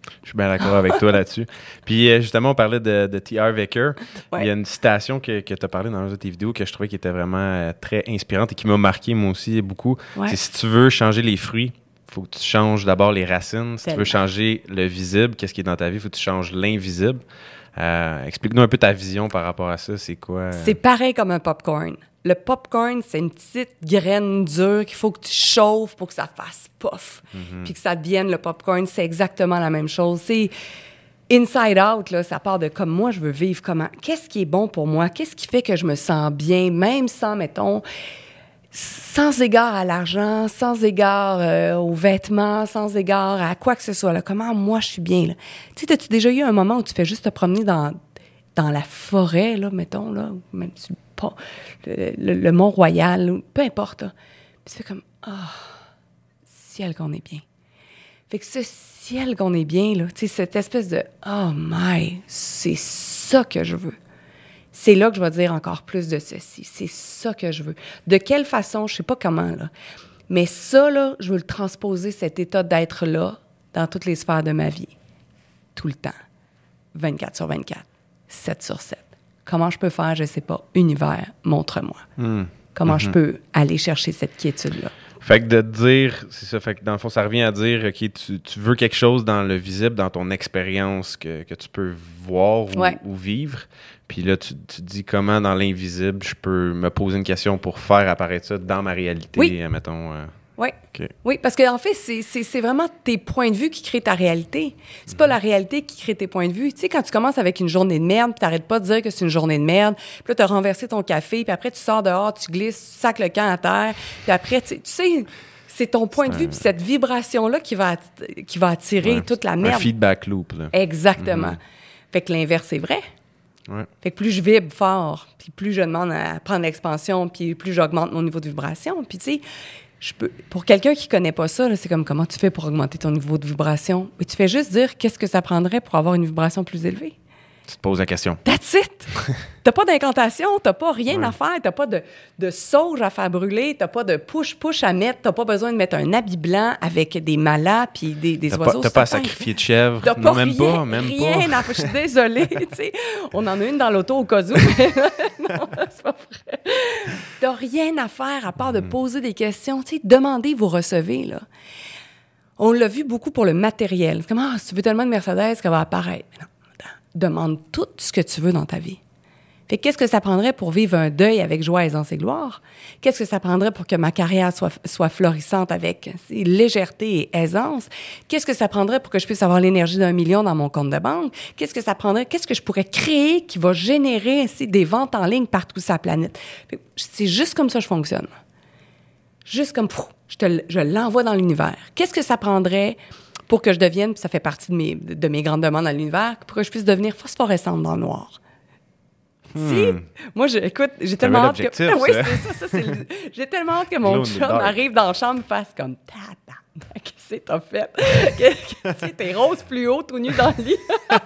Je suis bien d'accord avec toi là-dessus. Puis euh, justement, on parlait de, de T R. Vecker. Ouais. Il y a une citation que, que tu as parlé dans une de tes vidéos que je trouvais qui était vraiment euh, très inspirante et qui m'a marqué moi aussi beaucoup. Ouais. C'est si tu veux changer les fruits, il faut que tu changes d'abord les racines. Si Tellement. Tu veux changer le visible, qu'est-ce qui est dans ta vie, il faut que tu changes l'invisible. Euh, explique-nous un peu ta vision par rapport à ça. C'est quoi? Euh... C'est pareil comme un popcorn. Le popcorn, c'est une petite graine dure qu'il faut que tu chauffes pour que ça fasse puff, mm-hmm. puis que ça devienne le popcorn. C'est exactement la même chose. C'est inside out, là, ça part de comme moi, je veux vivre comment. Qu'est-ce qui est bon pour moi? Qu'est-ce qui fait que je me sens bien, même sans, mettons, sans égard à l'argent, sans égard euh, aux vêtements, sans égard à quoi que ce soit. Là. Comment moi, je suis bien? Tu sais, as-tu déjà eu un moment où tu fais juste te promener dans, dans la forêt, là, mettons, là, même si pas le, le, le Mont-Royal, peu importe. Là. Puis tu fais comme, ah, oh, ciel qu'on est bien. Fait que ce ciel qu'on est bien, là, tu sais, cette espèce de, oh my, c'est ça que je veux. C'est là que je vais dire encore plus de ceci. C'est ça que je veux. De quelle façon, je sais pas comment, là. Mais ça, là, je veux le transposer, cet état d'être-là, dans toutes les sphères de ma vie. Tout le temps. vingt-quatre sur vingt-quatre. sept sur sept. Comment je peux faire, je sais pas. Univers, montre-moi. Mmh. Comment mmh. je peux aller chercher cette quiétude-là. Fait que de dire, c'est ça, fait que dans le fond, ça revient à dire, OK, tu, tu veux quelque chose dans le visible, dans ton expérience que, que tu peux voir ou, ouais. ou vivre. Puis là, tu, tu dis comment dans l'invisible, je peux me poser une question pour faire apparaître ça dans ma réalité, oui. mettons. Euh... Oui. Okay. Oui, parce qu'en fait, c'est, c'est, c'est vraiment tes points de vue qui créent ta réalité. C'est mmh. pas la réalité qui crée tes points de vue. Tu sais, quand tu commences avec une journée de merde, puis t'arrêtes pas de dire que c'est une journée de merde, puis là, t'as renversé ton café, puis après, tu sors dehors, tu glisses, tu sacs le camp à terre, puis après, tu sais, c'est ton point c'est de vue, un... puis cette vibration-là qui va, att- qui va attirer ouais, toute la merde. Un feedback loop, là. Exactement. Mmh. Fait que l'inverse, c'est vrai. Ouais. Fait que plus je vibre fort, puis plus je demande à prendre l'expansion, puis plus j'augmente mon niveau de vibration. Puis tu sais, je peux, pour quelqu'un qui connaît pas ça, là, c'est comme comment tu fais pour augmenter ton niveau de vibration. Mais tu fais juste dire qu'est-ce que ça prendrait pour avoir une vibration plus élevée. Tu te poses la question. That's it! T'as pas d'incantation, t'as pas rien ouais. à faire, t'as pas de, de sauge à faire brûler, t'as pas de push-push à mettre, t'as pas besoin de mettre un habit blanc avec des malas puis des, des t'as oiseaux. Pas, t'as pas à sacrifier de chèvre. T'as non, pas même rien, pas, même rien pas. À, je suis désolée, tu sais. On en a une dans l'auto au cas où, mais non, c'est pas vrai. T'as rien à faire à part de poser des questions. Tu sais, demandez, vous recevez, là. On l'a vu beaucoup pour le matériel. C'est comme, ah, si tu veux tellement de Mercedes qu'elle va apparaître. Mais non. Demande tout ce que tu veux dans ta vie. Fait qu'est-ce que ça prendrait pour vivre un deuil avec joie, aisance et gloire? Qu'est-ce que ça prendrait pour que ma carrière soit, soit florissante avec légèreté et aisance? Qu'est-ce que ça prendrait pour que je puisse avoir l'énergie d'un million dans mon compte de banque? Qu'est-ce que ça prendrait? Qu'est-ce que je pourrais créer qui va générer ainsi des ventes en ligne partout sur la planète? Fait que c'est juste comme ça que je fonctionne. Juste comme, pff, je, te, je l'envoie dans l'univers. Qu'est-ce que ça prendrait pour que je devienne, puis ça fait partie de mes, de mes grandes demandes dans l'univers, pour que je puisse devenir phosphorescente dans le noir. Hmm. Si, moi, je, écoute, j'ai tellement hâte que... Ça. Oui, c'est ça, ça c'est le... J'ai tellement hâte que mon chum arrive dans la chambre et fasse comme... Tata, qu'est-ce que t'as fait? Qu'est-ce que t'es rose fluo, tout nu dans le lit?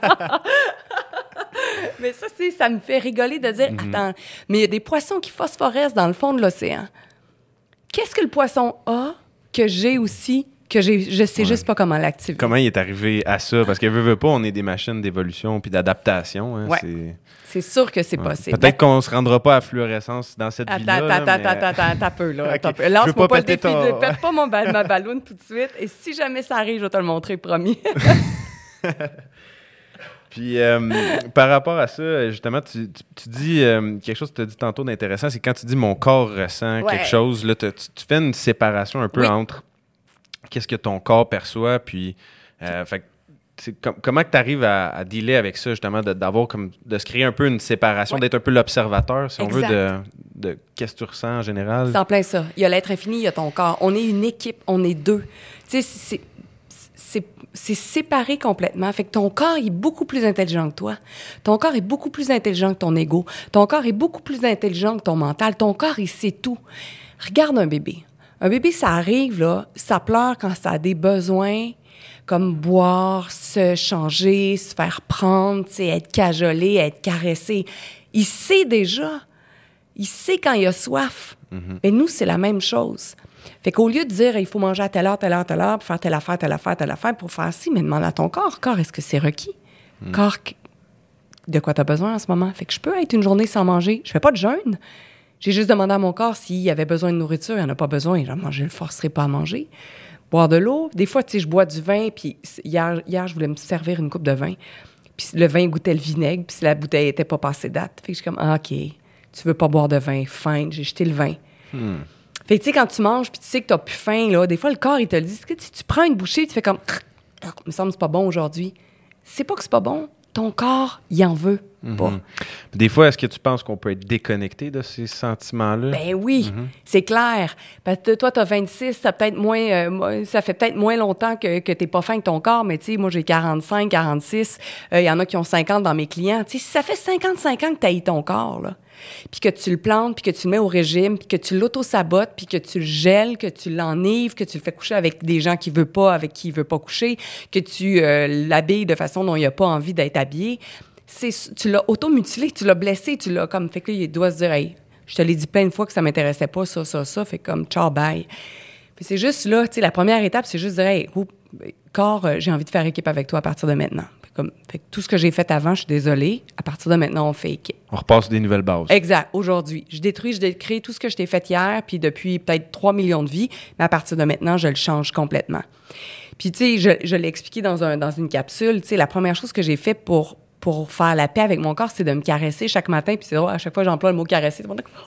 Mais ça, c'est, ça me fait rigoler de dire, mm-hmm. attends, mais il y a des poissons qui phosphorescent dans le fond de l'océan. Qu'est-ce que le poisson a que j'ai aussi... que j'ai, je sais ouais. juste pas comment l'activer. Comment il est arrivé à ça? Parce que veut, veut pas, on est des machines d'évolution puis d'adaptation. Hein, ouais. c'est... c'est sûr que c'est ouais. possible. Peut-être qu'on se rendra pas à fluorescence dans cette attends, vie-là. Attends, là, attends, mais... attends, attends, attends, peu, là. Okay. Peu. Lance-moi pas, pas le défi, ton... de, pète pas mon ba- ma balloune tout de suite. Et si jamais ça arrive, je vais te le montrer, promis. Puis, euh, par rapport à ça, justement, tu, tu, tu dis euh, quelque chose que tu as dit tantôt d'intéressant, c'est quand tu dis « mon corps ressent ouais. quelque chose », là, tu, tu fais une séparation un peu oui. entre qu'est-ce que ton corps perçoit, puis euh, fait, c'est com- comment tu arrives à, à dealer avec ça, justement, de, d'avoir comme, de se créer un peu une séparation, ouais. d'être un peu l'observateur, si exact. on veut, de, de qu'est-ce que tu ressens en général. C'est en plein ça. Il y a l'être infini, il y a ton corps. On est une équipe, on est deux. Tu sais, c'est, c'est, c'est séparé complètement. Fait que ton corps est beaucoup plus intelligent que toi. Ton corps est beaucoup plus intelligent que ton ego. Ton corps est beaucoup plus intelligent que ton mental. Ton corps, il sait tout. Regarde un bébé. Un bébé, ça arrive, là, ça pleure quand ça a des besoins, comme boire, se changer, se faire prendre, tu sais, être cajolé, être caressé. Il sait déjà. Il sait quand il a soif. Mm-hmm. Mais nous, c'est la même chose. Fait qu'au lieu de dire, il faut manger à telle heure, telle heure, telle heure, pour faire telle affaire, telle affaire, telle affaire, pour faire ci, mais demande à ton corps, corps, est-ce que c'est requis? Mm. Corps, de quoi tu as besoin en ce moment? Fait que je peux être une journée sans manger. Je fais pas de jeûne. J'ai juste demandé à mon corps s'il avait besoin de nourriture. Il n'en a pas besoin. Genre, je ne le forcerai pas à manger. Boire de l'eau. Des fois, tu sais, je bois du vin, puis hier, hier, je voulais me servir une coupe de vin, puis le vin goûtait le vinaigre, puis la bouteille n'était pas passée date. Fait que je suis comme, ah, OK, tu veux pas boire de vin, fine, j'ai jeté le vin. Hmm. Fait que, tu sais, quand tu manges, puis tu sais que tu n'as plus faim, là, des fois, le corps, il te le dit. Que, tu, tu prends une bouchée, tu fais comme, il me semble que c'est pas bon aujourd'hui. C'est pas que c'est pas bon. Ton corps, il en veut pas. Mm-hmm. Des fois, est-ce que tu penses qu'on peut être déconnecté de ces sentiments-là? Ben oui, mm-hmm. c'est clair. Parce que toi, tu as vingt-six, ça, peut-être moins, euh, ça fait peut-être moins longtemps que, que tu n'es pas fin avec ton corps, mais tu sais, moi, j'ai quarante-cinq, quarante-six, il euh, y en a qui ont cinquante dans mes clients. Tu sais, si ça fait cinquante-cinq ans que tu haïs ton corps, là, puis que tu le plantes, puis que tu le mets au régime, puis que tu l'auto-sabotes, puis que tu le gèles, que tu l'enivres, que tu le fais coucher avec des gens qui ne veulent pas, avec qui il ne veut pas coucher, que tu euh, l'habilles de façon dont il n'a pas envie d'être habillé, c'est, tu l'as auto-mutilé, tu l'as blessé, tu l'as comme... Fait que là, il doit se dire, hey, je te l'ai dit plein de fois que ça m'intéressait pas, ça, ça, ça, fait comme, ciao, bye. Puis c'est juste là, tu sais, la première étape, c'est juste de dire, hey, oups, corps, euh, j'ai envie de faire équipe avec toi à partir de maintenant. Comme, fait que tout ce que j'ai fait avant, je suis désolée. À partir de maintenant, on fait équipe. On repasse des nouvelles bases. Exact. Aujourd'hui, je détruis, je décrée tout ce que je t'ai fait hier, puis depuis peut-être trois millions de vies, mais à partir de maintenant, je le change complètement. Puis, tu sais, je, je l'ai expliqué dans, un, dans une capsule. Tu sais, la première chose que j'ai fait pour, pour faire la paix avec mon corps, c'est de me caresser chaque matin. Puis c'est drôle, à chaque fois, j'emploie le mot caresser.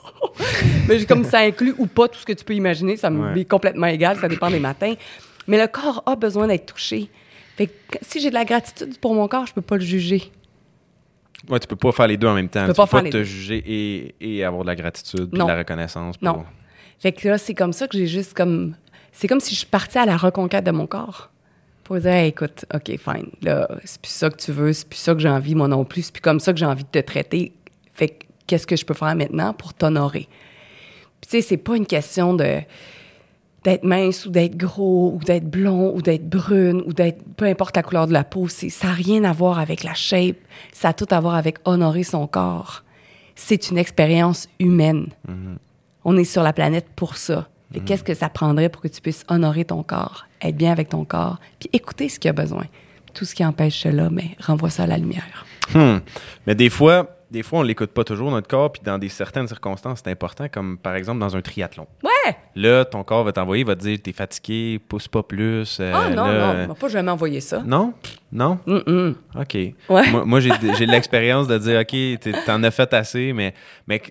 Mais comme ça inclut ou pas tout ce que tu peux imaginer, ça me ouais. est complètement égal, ça dépend des matins. Mais le corps a besoin d'être touché. Fait que si j'ai de la gratitude pour mon corps, je peux pas le juger. Ouais, tu peux pas faire les deux en même temps. Tu peux pas, pas, pas te deux. juger et, et avoir de la gratitude puis de la reconnaissance. Pour... Non. Fait que là, c'est comme ça que j'ai juste comme... C'est comme si je partais à la reconquête de mon corps. Pour dire, hey, écoute, OK, fine. Là, c'est plus ça que tu veux, c'est plus ça que j'ai envie, moi non plus. C'est plus comme ça que j'ai envie de te traiter. Fait que qu'est-ce que je peux faire maintenant pour t'honorer? Puis tu sais, c'est pas une question de... d'être mince ou d'être gros ou d'être blond ou d'être brune ou d'être... Peu importe la couleur de la peau, c'est, ça n'a rien à voir avec la shape. Ça a tout à voir avec honorer son corps. C'est une expérience humaine. Mm-hmm. On est sur la planète pour ça. Mm-hmm. Qu'est-ce que ça prendrait pour que tu puisses honorer ton corps, être bien avec ton corps, puis écouter ce qu'il a besoin. Tout ce qui empêche cela, mais renvoie ça à la lumière. Hmm. Mais des fois... Des fois, on ne l'écoute pas toujours, notre corps, puis dans des certaines circonstances, c'est important, comme par exemple dans un triathlon. Ouais! Là, ton corps va t'envoyer, va te dire, t'es fatigué, pousse pas plus. Euh, ah non, là, non, il m'a pas jamais envoyé ça. Non? Non? Mm-mm. OK. Ouais. Moi, moi j'ai, j'ai de l'expérience de dire, OK, t'en as fait assez, mais... mais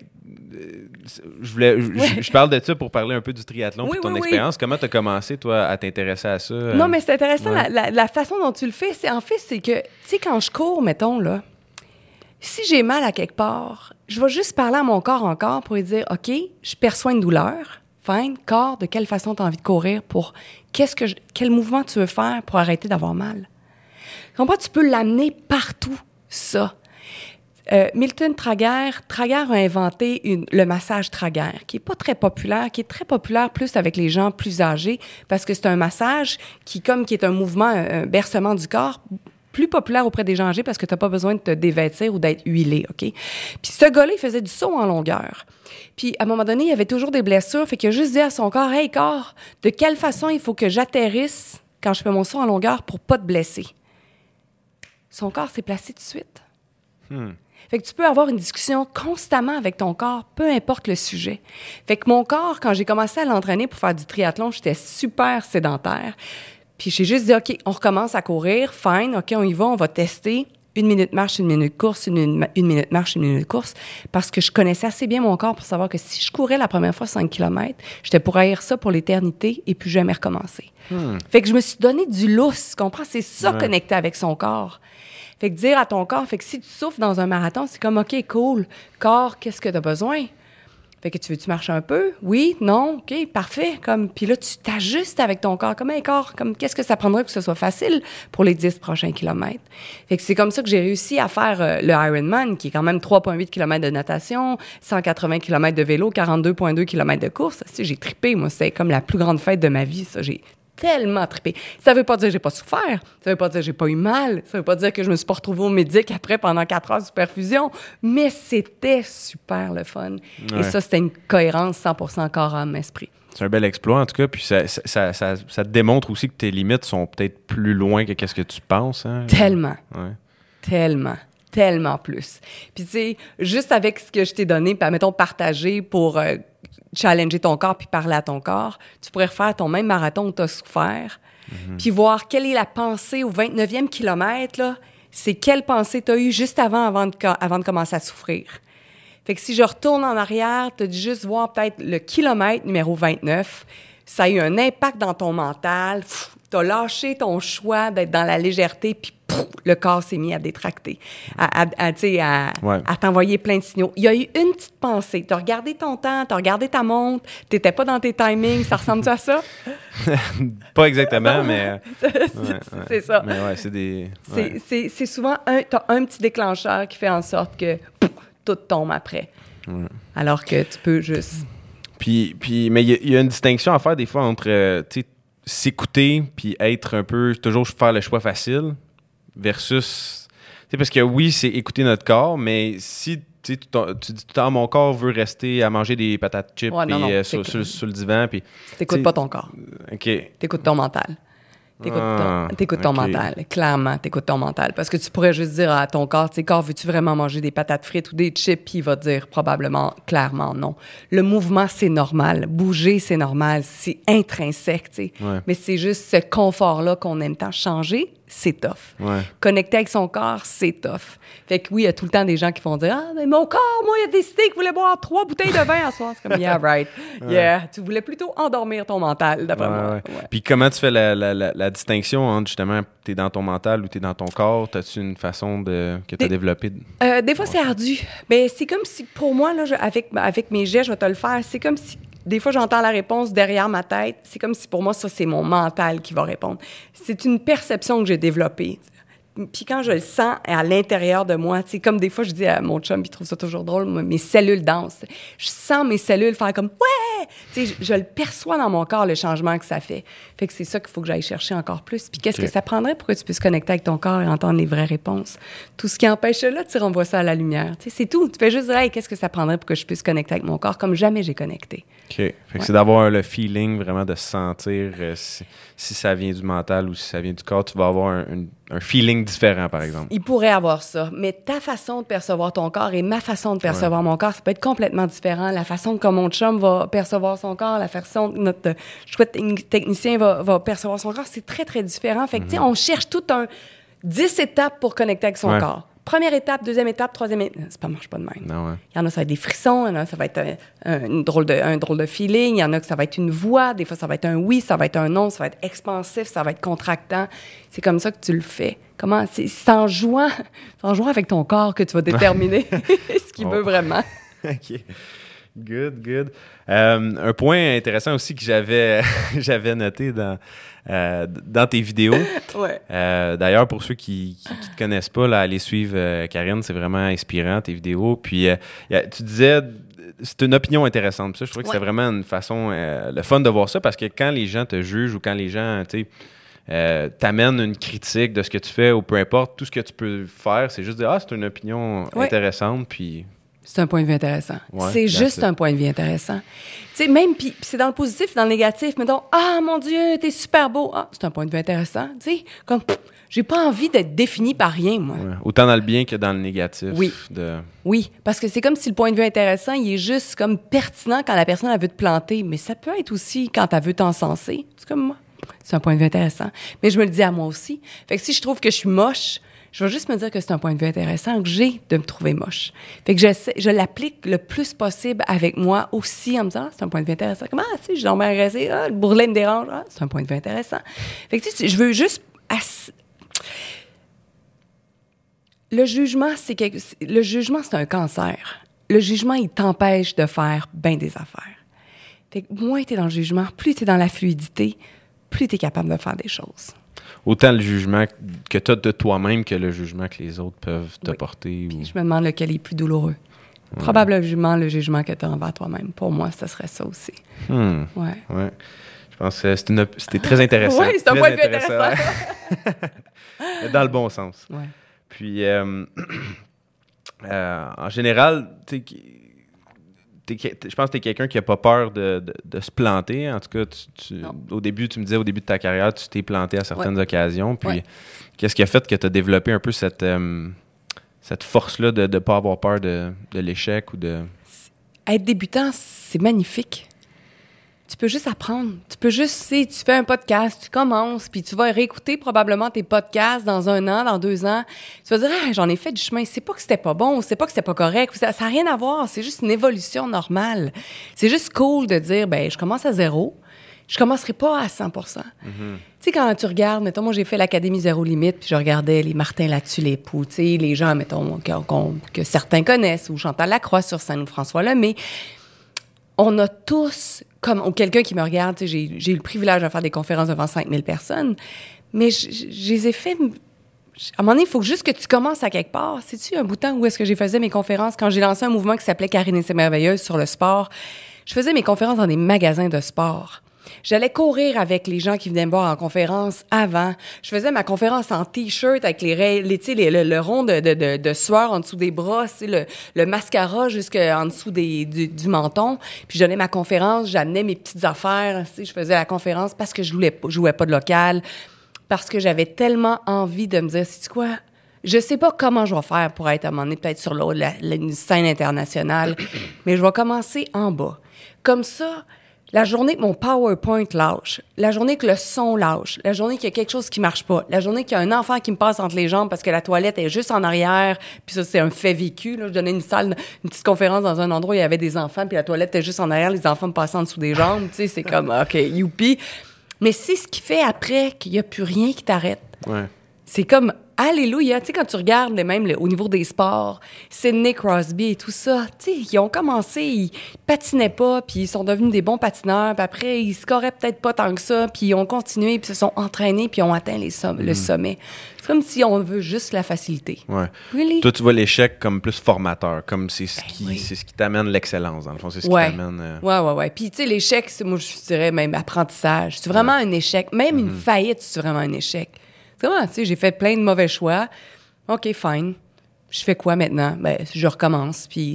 je voulais, je, ouais. je parle de ça pour parler un peu du triathlon et oui, de ton oui, expérience. Oui. Comment tu as commencé, toi, à t'intéresser à ça? Non, mais c'est intéressant. Ouais. La, la, la façon dont tu le fais, c'est en fait, c'est que, tu sais, quand je cours, mettons, là, si j'ai mal à quelque part, je vais juste parler à mon corps encore pour lui dire, OK, je perçois une douleur. Fine. Corps, de quelle façon tu as envie de courir pour... Qu'est-ce que je, quel mouvement tu veux faire pour arrêter d'avoir mal? Comprends, tu peux l'amener partout, ça. Euh, Milton Trager, Trager a inventé une, le massage Trager, qui est pas très populaire, qui est très populaire plus avec les gens plus âgés, parce que c'est un massage qui, comme qui est un mouvement, un bercement du corps, plus populaire auprès des gens âgés parce que tu n'as pas besoin de te dévêtir ou d'être huilé, OK? Puis ce gars-là, il faisait du saut en longueur. Puis à un moment donné, il avait toujours des blessures, fait qu'il a juste dit à son corps, « Hey, corps, de quelle façon il faut que j'atterrisse quand je fais mon saut en longueur pour pas te blesser? » Son corps s'est placé tout de suite. Hmm. Fait que tu peux avoir une discussion constamment avec ton corps, peu importe le sujet. Fait que mon corps, quand j'ai commencé à l'entraîner pour faire du triathlon, j'étais super sédentaire. Puis j'ai juste dit, OK, on recommence à courir, fine, OK, on y va, on va tester. Une minute marche, une minute course, une, une minute marche, une minute course. Parce que je connaissais assez bien mon corps pour savoir que si je courais la première fois cinq kilomètres, j'étais pour haïr ça pour l'éternité et plus jamais recommencer. Hmm. Fait que je me suis donné du lousse, tu comprends? C'est ça, ouais. Connecter avec son corps. Fait que dire à ton corps, fait que si tu souffres dans un marathon, c'est comme, OK, cool, corps, qu'est-ce que tu as besoin? Fait que tu veux-tu marcher un peu? Oui, non, OK, parfait. Comme, puis là, tu t'ajustes avec ton corps. Comme un corps, comme qu'est-ce que ça prendrait pour que ce soit facile pour les dix prochains kilomètres? Fait que c'est comme ça que j'ai réussi à faire euh, le Ironman, qui est quand même trois virgule huit kilomètres de natation, cent quatre-vingts kilomètres de vélo, quarante-deux virgule deux kilomètres de course. Tu sais, j'ai trippé, moi. C'était comme la plus grande fête de ma vie, ça. J'ai tellement trippé. Ça veut pas dire que j'ai pas souffert. Ça veut pas dire que j'ai pas eu mal. Ça veut pas dire que je me suis pas retrouvée au médic après pendant quatre heures de perfusion. Mais c'était super le fun. Ouais. Et ça, c'était une cohérence cent pour cent corps, âme, esprit. C'est un bel exploit, en tout cas. Puis ça, ça, ça, ça, ça te démontre aussi que tes limites sont peut-être plus loin que qu'est-ce que tu penses. Hein? Tellement. Ouais. Tellement. Tellement plus. Puis tu sais, juste avec ce que je t'ai donné, puis mettons partager pour euh, challenger ton corps puis parler à ton corps, tu pourrais refaire ton même marathon où tu as souffert, mm-hmm. puis voir quelle est la pensée au vingt-neuvième kilomètre, là, c'est quelle pensée tu as eue juste avant, avant de, avant de commencer à souffrir. Fait que si je retourne en arrière, tu as juste voir peut-être le kilomètre numéro vingt-neuf, ça a eu un impact dans ton mental, tu as lâché ton choix d'être dans la légèreté, puis pff, le corps s'est mis à détracter, à, à, à, à, ouais. à t'envoyer plein de signaux. Il y a eu une petite pensée. Tu as regardé ton temps, tu as regardé ta montre, tu n'étais pas dans tes timings. Ça ressemble-tu à ça? Pas exactement, mais... c'est, ouais, c'est, ouais. c'est ça. Mais ouais, c'est des... Ouais. C'est, c'est, c'est souvent un, t'as un petit déclencheur qui fait en sorte que pff, tout tombe après. Ouais. Alors que tu peux juste... Puis, puis mais il y, y a une distinction à faire des fois entre, euh, tu sais, s'écouter puis être un peu... Toujours faire le choix facile versus... Tu sais, parce que oui, c'est écouter notre corps, mais si... Tu dis, ah, mon corps veut rester à manger des patates chips ouais, non, non, euh, sur, sur, sur le divan. Puis, t'écoutes pas ton corps. OK. T'écoutes ton mental. T'écoutes, ah, ton, t'écoutes okay. ton mental. Clairement, t'écoutes ton mental. Parce que tu pourrais juste dire à ton corps, tu sais, corps, veux-tu vraiment manger des patates frites ou des chips? Puis il va te dire probablement, clairement, non. Le mouvement, c'est normal. Bouger, c'est normal. C'est intrinsèque, tu sais. Ouais. Mais c'est juste ce confort-là qu'on aime tant changer. C'est tough. Ouais. Connecter avec son corps, c'est tough. Fait que oui, il y a tout le temps des gens qui vont dire « Ah, mais mon corps, moi, il a décidé qu'il voulait boire trois bouteilles de vin à soir. » C'est comme « Yeah, right. Ouais. Yeah. » Tu voulais plutôt endormir ton mental, d'après ouais, moi. Ouais. Ouais. Puis comment tu fais la, la, la, la distinction entre, justement, t'es dans ton mental ou t'es dans ton corps? T'as-tu une façon de, que t'as des, développée? De... Euh, des fois, ouais. c'est ardu. Mais c'est comme si, pour moi, là, je, avec, avec mes gestes, je vais te le faire, c'est comme si... Des fois, j'entends la réponse derrière ma tête. C'est comme si, pour moi, ça, c'est mon mental qui va répondre. C'est une perception que j'ai développée. Puis quand je le sens à l'intérieur de moi, tu sais, comme des fois, je dis à mon chum, puis il trouve ça toujours drôle, mes cellules dansent. Je sens mes cellules faire comme « Ouais! » Tu sais, je, je le perçois dans mon corps, le changement que ça fait. Fait que c'est ça qu'il faut que j'aille chercher encore plus. Puis qu'est-ce okay. que ça prendrait pour que tu puisses connecter avec ton corps et entendre les vraies réponses? Tout ce qui empêche là, tu renvoies ça à la lumière. Tu sais, c'est tout. Tu fais juste dire « Hey, qu'est-ce que ça prendrait pour que je puisse connecter avec mon corps comme jamais j'ai connecté? » OK. Fait que ouais. c'est d'avoir le feeling, vraiment de sentir euh, si, si ça vient du mental ou si ça vient du corps. Tu vas avoir un, un, un feeling différent, par exemple. Il pourrait avoir ça, mais ta façon de percevoir ton corps et ma façon de percevoir ouais. mon corps, ça peut être complètement différent. La façon que mon chum va percevoir son corps, la façon que notre chouette technicien va, va percevoir son corps, c'est très, très différent. Fait que, mm-hmm. tu sais, on cherche tout un dix étapes pour connecter avec son ouais. corps. Première étape, deuxième étape, troisième étape. Ça ne marche pas de même. Non, ouais. Il y en a, ça va être des frissons. Il y en a, ça va être un, un, une drôle de, un drôle de feeling. Il y en a que ça va être une voix. Des fois, ça va être un oui, ça va être un non. Ça va être expansif, ça va être contractant. C'est comme ça que tu le fais. Comment? C'est, c'est en jouant, c'est en jouant avec ton corps que tu vas déterminer ce qu'il oh. veut vraiment. OK. Good, good. Euh, un point intéressant aussi que j'avais, j'avais noté dans, euh, dans tes vidéos. ouais. Euh, d'ailleurs, pour ceux qui ne te connaissent pas, là, allez suivre euh, Karine, c'est vraiment inspirant, tes vidéos. Puis, euh, tu disais, c'est une opinion intéressante. Ça, je trouvais que ouais. c'était vraiment une façon, euh, le fun de voir ça, parce que quand les gens te jugent ou quand les gens, tu sais, Euh, t'amènes une critique de ce que tu fais ou peu importe, tout ce que tu peux faire, c'est juste dire « Ah, c'est une opinion ouais. intéressante. » Puis c'est un point de vue intéressant. Ouais, c'est juste it. un point de vue intéressant. Tu sais, même, puis c'est dans le positif, dans le négatif. Mettons, « Ah, mon Dieu, t'es super beau. » Ah, c'est un point de vue intéressant. Tu sais, comme, pff, j'ai pas envie d'être défini par rien, moi. Ouais. Autant dans le bien que dans le négatif. Oui. De... Oui, parce que c'est comme si le point de vue intéressant, il est juste comme pertinent quand la personne, elle veut te planter. Mais ça peut être aussi quand elle veut t'encenser. C'est comme moi. C'est un point de vue intéressant. Mais je me le dis à moi aussi. Fait que si je trouve que je suis moche, je vais juste me dire que c'est un point de vue intéressant que j'ai de me trouver moche. Fait que je, sais, je l'applique le plus possible avec moi aussi en me disant, ah, c'est un point de vue intéressant. Comment, ah, tu sais, je dormais agressé, ah, le bourrelet me dérange, ah, c'est un point de vue intéressant. Fait que tu sais, je veux juste... Ass... Le jugement, c'est quelque... Le jugement, c'est un cancer. Le jugement, il t'empêche de faire bien des affaires. Fait que moins t'es dans le jugement, plus t'es dans la fluidité, plus tu es capable de faire des choses. Autant le jugement que tu as de toi-même que le jugement que les autres peuvent te oui. porter. Puis ou... je me demande lequel est plus douloureux. Ouais. Probablement le jugement que tu as envers toi-même. Pour moi, ce serait ça aussi. Hmm. Ouais. ouais. Je pense que c'était, une, c'était très intéressant. Oui, c'est un point de vue intéressant. intéressant. Dans le bon sens. Ouais. Puis, euh, euh, en général, tu sais, je pense que tu es quelqu'un qui n'a pas peur de, de, de se planter. En tout cas, tu, tu, au début, tu me disais, au début de ta carrière, tu t'es planté à certaines ouais. occasions. Puis, ouais. qu'est-ce qui a fait que tu as développé un peu cette, euh, cette force-là de ne pas avoir peur de, de l'échec ou de... Être débutant, c'est magnifique. Tu peux juste apprendre. Tu peux juste, tu sais, tu fais un podcast, tu commences, puis tu vas réécouter probablement tes podcasts dans un an, dans deux ans. Tu vas dire, ah, j'en ai fait du chemin. C'est pas que c'était pas bon, c'est pas que c'était pas correct. Ça n'a rien à voir. C'est juste une évolution normale. C'est juste cool de dire, ben, je commence à zéro. Je commencerai pas à cent pour cent. Mm-hmm. Tu sais, quand tu regardes, mettons, moi, j'ai fait l'Académie Zéro Limite, puis je regardais les Martin Latulippe, tu sais, les gens, mettons, que, que certains connaissent, ou Chantal Lacroix sur scène, ou François Lemay. On a tous, comme ou quelqu'un qui me regarde, tu sais, j'ai, j'ai eu le privilège de faire des conférences devant cinq mille personnes, mais je, je, je les ai fait... À un moment donné, il faut juste que tu commences à quelque part. Sais-tu un bout de temps où est-ce que j'ai faisais mes conférences? Quand j'ai lancé un mouvement qui s'appelait Karine et ses merveilleuses sur le sport, je faisais mes conférences dans des magasins de sport. J'allais courir avec les gens qui venaient me voir en conférence avant. Je faisais ma conférence en T-shirt avec les, les, les, les le, le rond de, de, de, de sueur en dessous des bras, le, le mascara jusqu'en dessous des, du, du menton. Puis je donnais ma conférence, j'amenais mes petites affaires. Je faisais la conférence parce que je jouais, jouais pas de local, parce que j'avais tellement envie de me dire, sais-tu quoi? Je sais pas comment je vais faire pour être à un moment donné peut-être sur la, la, la, une scène internationale, mais je vais commencer en bas. Comme ça... La journée que mon PowerPoint lâche, la journée que le son lâche, la journée qu'il y a quelque chose qui marche pas, la journée qu'il y a un enfant qui me passe entre les jambes parce que la toilette est juste en arrière, puis ça, c'est un fait vécu, là. Je donnais une salle, une petite conférence dans un endroit où il y avait des enfants, puis la toilette était juste en arrière, les enfants me passaient en dessous des jambes, tu sais, c'est comme, OK, youpi. Mais c'est ce qui fait après qu'il y a plus rien qui t'arrête. Ouais. C'est comme... Alléluia! Tu sais, quand tu regardes même le, au niveau des sports, Sidney Crosby et tout ça, tu sais, ils ont commencé, ils patinaient pas, puis ils sont devenus des bons patineurs, puis après, ils scoraient peut-être pas tant que ça, puis ils ont continué, puis se sont entraînés, puis ils ont atteint les somm- mm. le sommet. C'est comme si on veut juste la facilité. Ouais. Really? Toi, tu vois l'échec comme plus formateur, comme c'est ce, ben qui, oui. c'est ce qui t'amène l'excellence, dans le fond, c'est ce ouais. qui t'amène... Euh... Ouais, ouais, ouais. Puis, tu sais, l'échec, c'est, moi, je dirais même apprentissage. C'est vraiment ouais. un échec. Même mm-hmm. une faillite, c'est vraiment un échec. Comment, tu sais, j'ai fait plein de mauvais choix. OK, fine. Je fais quoi maintenant? Ben, je recommence, puis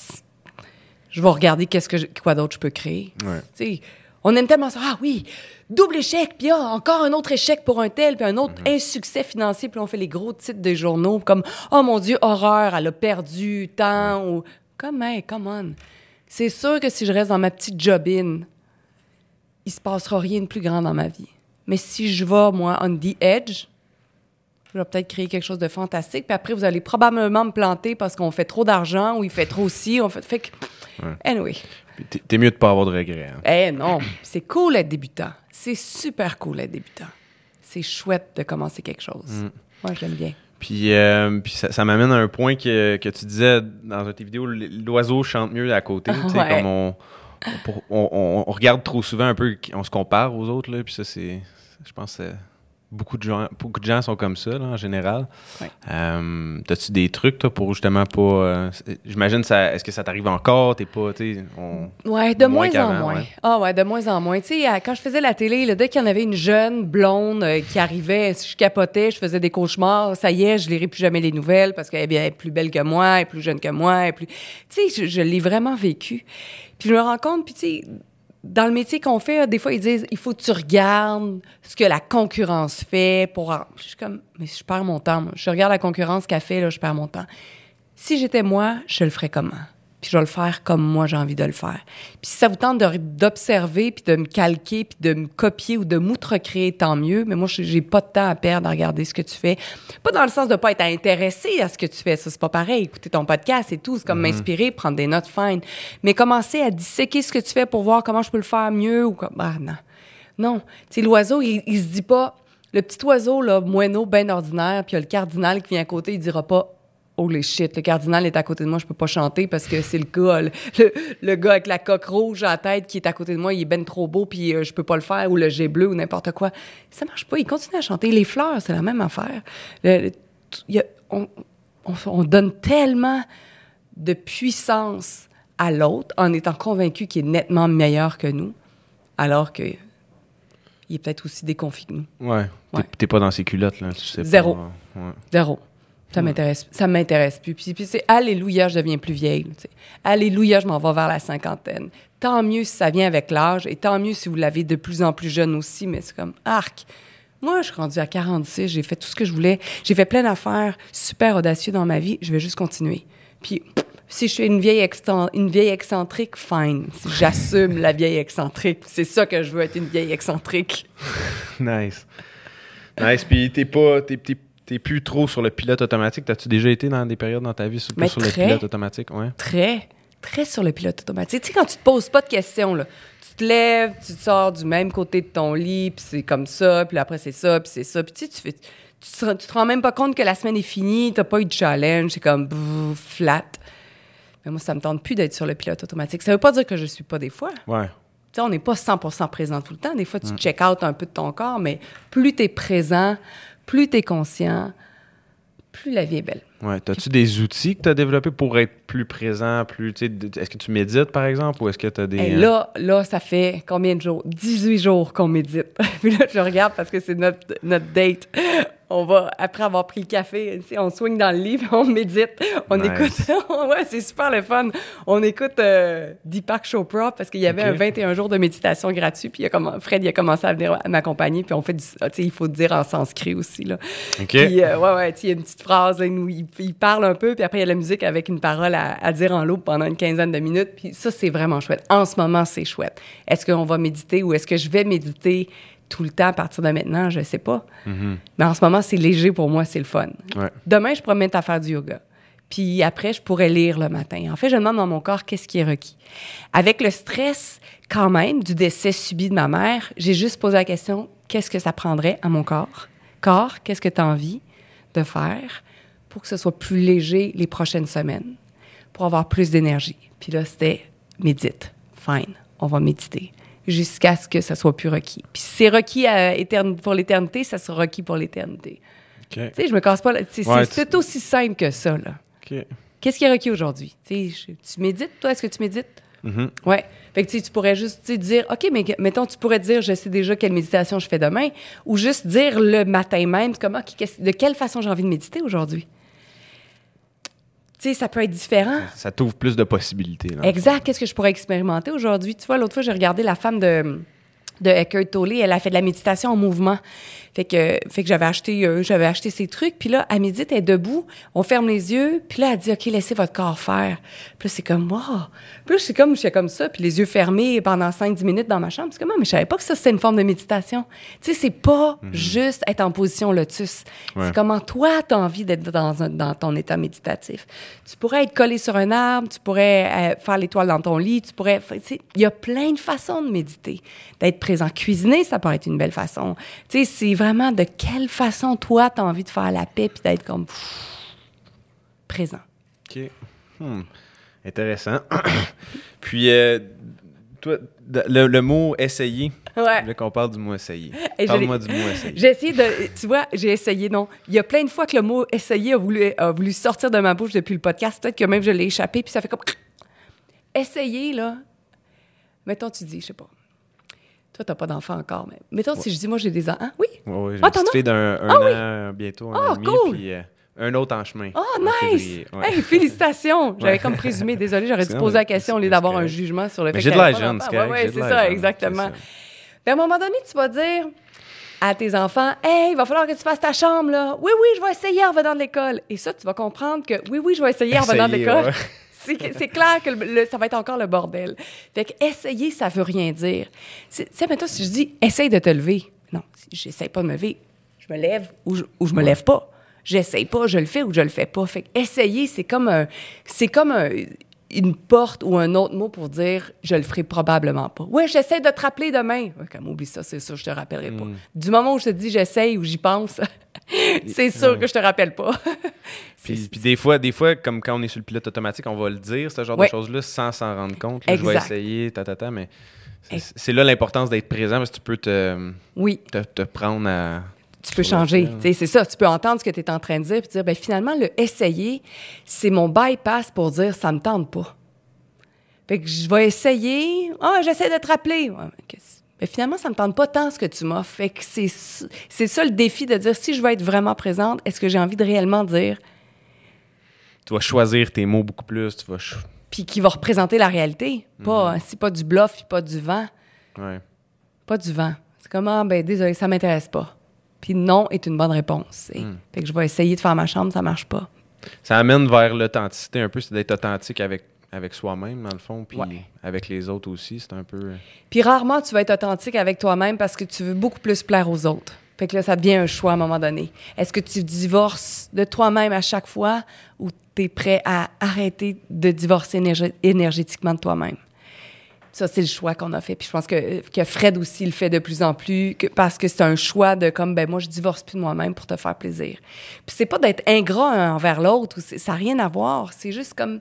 je vais regarder qu'est-ce que je, quoi d'autre je peux créer. Ouais. Tu sais, on aime tellement ça. Ah oui, double échec, puis ah, encore un autre échec pour un tel, puis un autre mm-hmm. insuccès financier, puis on fait les gros titres des journaux comme « Oh mon Dieu, horreur, elle a perdu tant. Ouais. » ou « Come on, come on. » C'est sûr que si je reste dans ma petite jobine, il se passera rien de plus grand dans ma vie. Mais si je vais, moi, on the edge... Je vais peut-être créer quelque chose de fantastique. Puis après, vous allez probablement me planter parce qu'on fait trop d'argent ou il fait trop ci. On fait, fait que... Ouais. Anyway. T'es, t'es mieux de pas avoir de regrets. Hein? Eh non, c'est cool d'être débutant. C'est super cool d'être débutant. C'est chouette de commencer quelque chose. Mm. Moi, j'aime bien. Puis, euh, puis ça, ça m'amène à un point que, que tu disais dans une de tes vidéos, l'oiseau chante mieux à côté. Tu sais, ouais. comme on, on, on, on regarde trop souvent un peu, on se compare aux autres. Là, puis ça, c'est, je pense que c'est... Beaucoup de gens, beaucoup de gens sont comme ça, là, en général. Oui. Euh, t'as-tu des trucs, toi, pour justement pas... Euh, j'imagine, ça, est-ce que ça t'arrive encore? T'es pas, tu sais... Oui, de moins, moins en moins. Ouais. Ah ouais, de moins en moins. Tu sais, quand je faisais la télé, là, dès qu'il y en avait une jeune blonde euh, qui arrivait, je capotais, je faisais des cauchemars. Ça y est, je lirai plus jamais les nouvelles parce qu'elle est plus belle que moi, elle est plus jeune que moi, elle est plus... Tu sais, je, je l'ai vraiment vécu. Puis je me rends compte, puis tu sais... Dans le métier qu'on fait, des fois, ils disent il faut que tu regardes ce que la concurrence fait pour... Je suis comme, mais je perds mon temps. Moi. Je regarde la concurrence qu'elle fait, là, je perds mon temps. Si j'étais moi, je le ferais comment? Puis je vais le faire comme moi, j'ai envie de le faire. Puis si ça vous tente de, d'observer, puis de me calquer, puis de me copier ou de m'outrecréer, tant mieux. Mais moi, j'ai pas de temps à perdre à regarder ce que tu fais. Pas dans le sens de pas être intéressé à ce que tu fais. Ça, c'est pas pareil. Écouter ton podcast et tout, c'est comme mm-hmm. m'inspirer, prendre des notes fines. Mais commencer à disséquer ce que tu fais pour voir comment je peux le faire mieux ou comme... Ah non. Non. Tu sais, l'oiseau, il, il se dit pas... Le petit oiseau, là, moineau, ben ordinaire, puis il y a le cardinal qui vient à côté, il dira pas... Holy shit, le cardinal est à côté de moi, je peux pas chanter parce que c'est le gars, le, le, le gars avec la coque rouge à la tête qui est à côté de moi, il est ben trop beau puis euh, je peux pas le faire, ou le jet bleu ou n'importe quoi. Ça marche pas, il continue à chanter. Les fleurs, c'est la même affaire. Le, le, y a, on, on, on donne tellement de puissance à l'autre en étant convaincu qu'il est nettement meilleur que nous, alors que il est peut-être aussi déconfit que nous. Ouais, ouais. T'es, t'es pas dans ses culottes, là, tu sais. Zéro. Pas, ouais. Zéro. Ça m'intéresse, ça m'intéresse plus. Puis, puis c'est alléluia, je deviens plus vieille. T'sais. Alléluia, je m'en vais vers la cinquantaine. Tant mieux si ça vient avec l'âge, et tant mieux si vous l'avez de plus en plus jeune aussi, mais c'est comme arc. Moi, je suis rendue à quarante-six, j'ai fait tout ce que je voulais. J'ai fait plein d'affaires super audacieuses dans ma vie. Je vais juste continuer. Puis, si je suis une vieille, exten- une vieille excentrique, fine. Si j'assume la vieille excentrique. C'est ça que je veux, être une vieille excentrique. Nice. Nice. Puis, t'es pas... T'es, t'es, t'es plus trop sur le pilote automatique. T'as-tu déjà été dans des périodes dans ta vie sur, plus sur le pilote automatique? Ouais. Très, très sur le pilote automatique. Tu sais, quand tu te poses pas de questions, là, tu te lèves, tu te sors du même côté de ton lit, puis c'est comme ça, puis après c'est ça, puis c'est ça. Puis tu sais, tu fais... Tu te, tu te rends même pas compte que la semaine est finie, t'as pas eu de challenge, c'est comme bouh, flat. Mais moi, ça me tente plus d'être sur le pilote automatique. Ça veut pas dire que je suis pas des fois. Ouais. Tu sais, on n'est pas cent pour cent présent tout le temps. Des fois, tu mm. check out un peu de ton corps, mais plus t'es présent, plus t'es conscient, plus la vie est belle. Ouais. T'as-tu des outils que t'as développés pour être plus présent, plus, tu sais, est-ce que tu médites, par exemple, ou est-ce que t'as des... Hey, là, là, ça fait combien de jours? dix-huit jours qu'on médite. Puis là, je regarde parce que c'est notre, notre date. On va, après avoir pris le café, tu sais, on swing dans le lit, puis on médite. On nice. écoute... ouais, c'est super le fun. On écoute euh, Deepak Chopra parce qu'il y avait okay. un vingt et un jours de méditation gratuit, puis il a comm... Fred, il a commencé à venir m'accompagner, puis on fait du... Tu sais, il faut dire en sanskrit aussi, là. OK. Puis, euh, ouais, ouais, tu sais, il y a une petite phrase, là, où il, il parle un peu, puis après, il y a la musique avec une parole à, à dire en loop pendant une quinzaine de minutes, puis ça, c'est vraiment chouette. En ce moment, c'est chouette. Est-ce qu'on va méditer ou est-ce que je vais méditer tout le temps à partir de maintenant? Je sais pas. Mm-hmm. Mais en ce moment, c'est léger pour moi, c'est le fun. Ouais. Demain, je pourrais me mettre à faire du yoga. Puis après, je pourrais lire le matin. En fait, je demande dans mon corps qu'est-ce qui est requis. Avec le stress, quand même, du décès subi de ma mère, j'ai juste posé la question, qu'est-ce que ça prendrait à mon corps? Corps, qu'est-ce que tu as envie de faire pour que ce soit plus léger les prochaines semaines, pour avoir plus d'énergie? Puis là, c'était médite. Fine, on va méditer. Jusqu'à ce que ça soit plus requis. Puis si c'est requis à étern- pour l'éternité, ça sera requis pour l'éternité. Okay. Tu sais, je me casse pas... Là. C'est, ouais, c'est, c'est aussi simple que ça, là. Okay. Qu'est-ce qui est requis aujourd'hui? Tu sais, tu médites, toi? Est-ce que tu médites? Mm-hmm. Ouais. Fait que tu sais, tu pourrais juste dire, OK, mais mettons, tu pourrais dire, je sais déjà quelle méditation je fais demain, ou juste dire le matin même, comme, OK, de quelle façon j'ai envie de méditer aujourd'hui? Tu sais, ça peut être différent. Ça, ça t'ouvre plus de possibilités. Là. Exact. Qu'est-ce que je pourrais expérimenter aujourd'hui? Tu vois, l'autre fois, j'ai regardé la femme de, de Eckhart Tolle. Elle a fait de la méditation en mouvement. Fait que, fait que j'avais acheté, euh, j'avais acheté ces trucs. Puis là, à midi, elle est debout. On ferme les yeux. Puis là, elle dit, OK, laissez votre corps faire. Puis là, c'est comme, wow. Puis là, je suis comme, je suis comme ça. Puis les yeux fermés pendant cinq dix minutes dans ma chambre. C'est comme, mais je savais pas que ça, c'était une forme de méditation. Tu sais, c'est pas mm-hmm. juste être en position lotus. Ouais. C'est comment toi, tu as envie d'être dans, un, dans ton état méditatif. Tu pourrais être collé sur un arbre. Tu pourrais euh, faire l'étoile dans ton lit. Tu pourrais, tu sais, il y a plein de façons de méditer. D'être présent. Cuisiner, ça pourrait être une belle façon. Tu sais, c'est vraiment de quelle façon, toi, tu as envie de faire la paix puis d'être comme pff, présent. OK. Hmm. Intéressant. Puis, euh, toi, le, le mot « essayer », ouais. je voulais qu'on parle du mot « essayer ». Parle-moi du mot « essayer ». J'ai essayé de... Tu vois, j'ai essayé, non. Il y a plein de fois que le mot « essayer » a voulu, a voulu sortir de ma bouche depuis le podcast. Peut-être que même je l'ai échappé, puis ça fait comme... Essayer, là... Mettons, tu dis, je sais pas... Toi, t'as pas d'enfant encore, mais mettons, ouais. si je dis, moi, j'ai des enfants. Oui? Oui, oui, j'ai ah, une petite fille d'un un ah, an, oui? bientôt, un oh, an et demi, cool. puis euh, un autre en chemin. Oh, nice! Ouais. Hey, félicitations! J'avais ouais. comme présumé, désolé, j'aurais dû poser la question au lieu d'avoir correct. un jugement sur le mais fait j'ai que... J'ai de la jeune, c'est correct. Oui, c'est ça, jeune, exactement. Puis à un moment donné, tu vas dire à tes enfants, « Hey, il va falloir que tu fasses ta chambre, là. Oui, oui, je vais essayer en venant de l'école. » Et ça, tu vas comprendre que, oui, oui, je vais essayer en venant de l'école. Ouais. C'est, c'est clair que le, le, ça va être encore le bordel. Fait que essayer, ça veut rien dire. Tu sais, maintenant, si je dis « essaye de te lever », non, j'essaye pas de me lever, je me lève ou je, ou je me lève pas. J'essaye pas, je le fais ou je le fais pas. Fait que essayer, c'est comme un, c'est comme un, une porte ou un autre mot pour dire « je le ferai probablement pas ». Ouais, j'essaie de te rappeler demain. Ouais, comme oublie ça, c'est sûr, je te rappellerai mm. pas. Du moment où je te dis « j'essaye » ou « j'y pense », c'est sûr ouais. que je te rappelle pas. Puis, puis des fois, des fois, comme quand on est sur le pilote automatique, on va le dire, ce genre ouais. de choses-là, sans s'en rendre compte. Là, je vais essayer, ta, ta, ta, mais c'est, c'est là l'importance d'être présent parce que tu peux te, oui. te, te prendre à... Tu peux changer. C'est ça. Tu peux entendre ce que tu es en train de dire puis dire, ben finalement, le essayer, c'est mon bypass pour dire, ça me tente pas. Fait que je vais essayer. Ah, oh, j'essaie de te rappeler. Ouais, mais ben, finalement, ça me tente pas tant ce que tu m'as. Fait que c'est, c'est ça le défi de dire, si je veux être vraiment présente, est-ce que j'ai envie de réellement dire, tu vas choisir tes mots beaucoup plus. Tu vas cho- Puis qui va représenter la réalité. Pas, mm-hmm. C'est pas du bluff, puis pas du vent. Ouais. Pas du vent. C'est comme, ah, ben désolé, ça m'intéresse pas. Puis non est une bonne réponse. Mm. Fait que je vais essayer de faire ma chambre, ça marche pas. Ça amène vers l'authenticité un peu, c'est d'être authentique avec, avec soi-même, dans le fond, puis ouais. avec les autres aussi, c'est un peu... Puis rarement, tu vas être authentique avec toi-même parce que tu veux beaucoup plus plaire aux autres. Fait que là, ça devient un choix à un moment donné. Est-ce que tu divorces de toi-même à chaque fois ou tu es prêt à arrêter de divorcer énerg- énergétiquement de toi-même? Ça, c'est le choix qu'on a fait. Puis je pense que, que Fred aussi le fait de plus en plus que, parce que c'est un choix de comme, ben moi, je divorce plus de moi-même pour te faire plaisir. Puis c'est pas d'être ingrat envers l'autre. Ou ça n'a rien à voir. C'est juste comme,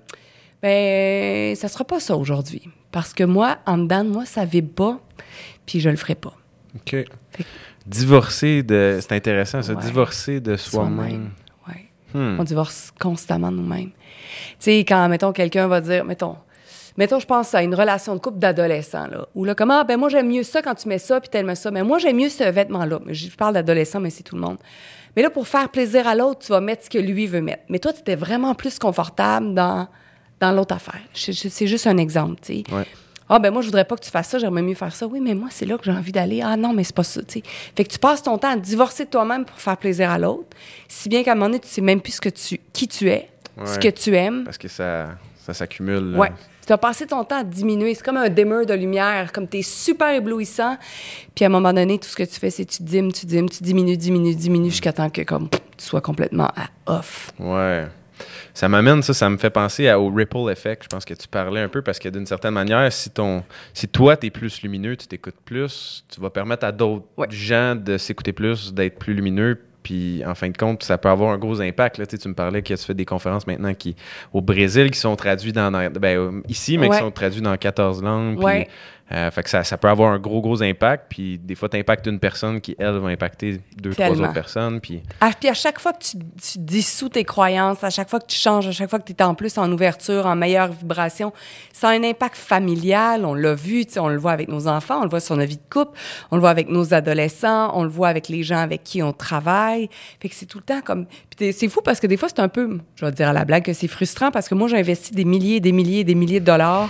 ben ça sera pas ça aujourd'hui. Parce que moi, en dedans de moi, ça vibre pas. Puis je le ferai pas. OK. Fait que, divorcer de... C'est intéressant, ça. Ouais. Divorcer de soi-même. Soi-même. Ouais. Hmm. On divorce constamment de nous-mêmes. Tu sais, quand, mettons, quelqu'un va dire, mettons... Mettons, je pense à une relation de couple d'adolescents, là, où là, comment, ben moi, j'aime mieux ça quand tu mets ça, puis t'aimes ça. Mais moi, j'aime mieux ce vêtement-là. Je parle d'adolescents, mais c'est tout le monde. Mais là, pour faire plaisir à l'autre, tu vas mettre ce que lui veut mettre. Mais toi, tu étais vraiment plus confortable dans, dans l'autre affaire. Je, je, c'est juste un exemple, tu sais. Ouais. Ah, ben moi, je voudrais pas que tu fasses ça, j'aimerais mieux faire ça. Oui, mais moi, c'est là que j'ai envie d'aller. Ah non, mais c'est pas ça, tu sais. Fait que tu passes ton temps à divorcer de toi-même pour faire plaisir à l'autre, si bien qu'à un moment donné, tu sais même plus ce que tu, qui tu es, ouais. ce que tu aimes. Parce que ça, ça s'accumule. Là. Ouais. Tu as passé ton temps à diminuer. C'est comme un dimmer de lumière, comme tu es super éblouissant. Puis à un moment donné, tout ce que tu fais, c'est tu dimmes, tu dimmes, tu diminues, diminues, diminues, jusqu'à temps que comme, tu sois complètement à off. Ouais. Ça m'amène, ça, ça me fait penser à, au ripple effect. Je pense que tu parlais un peu parce que d'une certaine manière, si, ton, si toi, tu es plus lumineux, tu t'écoutes plus, tu vas permettre à d'autres ouais. gens de s'écouter plus, d'être plus lumineux. Puis, en fin de compte, ça peut avoir un gros impact. Là. Tu sais, tu me parlais que tu fais des conférences maintenant qui, au Brésil qui sont traduites dans... Ben, ici, mais ouais. qui sont traduites dans quatorze langues. Puis, ouais. euh, fait que ça, ça peut avoir un gros, gros impact. Puis, des fois, tu impactes une personne qui, elle, va impacter deux, Tellement. trois autres personnes. Puis... À, puis, à chaque fois que tu, tu dissous tes croyances, à chaque fois que tu changes, à chaque fois que tu es en plus en ouverture, en meilleure vibration, ça a un impact familial. On l'a vu, tu sais, on le voit avec nos enfants, on le voit sur notre vie de couple, on le voit avec nos adolescents, on le voit avec les gens avec qui on travaille. Fait que c'est tout le temps comme... Puis c'est fou parce que des fois, c'est un peu... Je vais te dire à la blague que c'est frustrant parce que moi, j'ai investi des milliers, des milliers, des milliers de dollars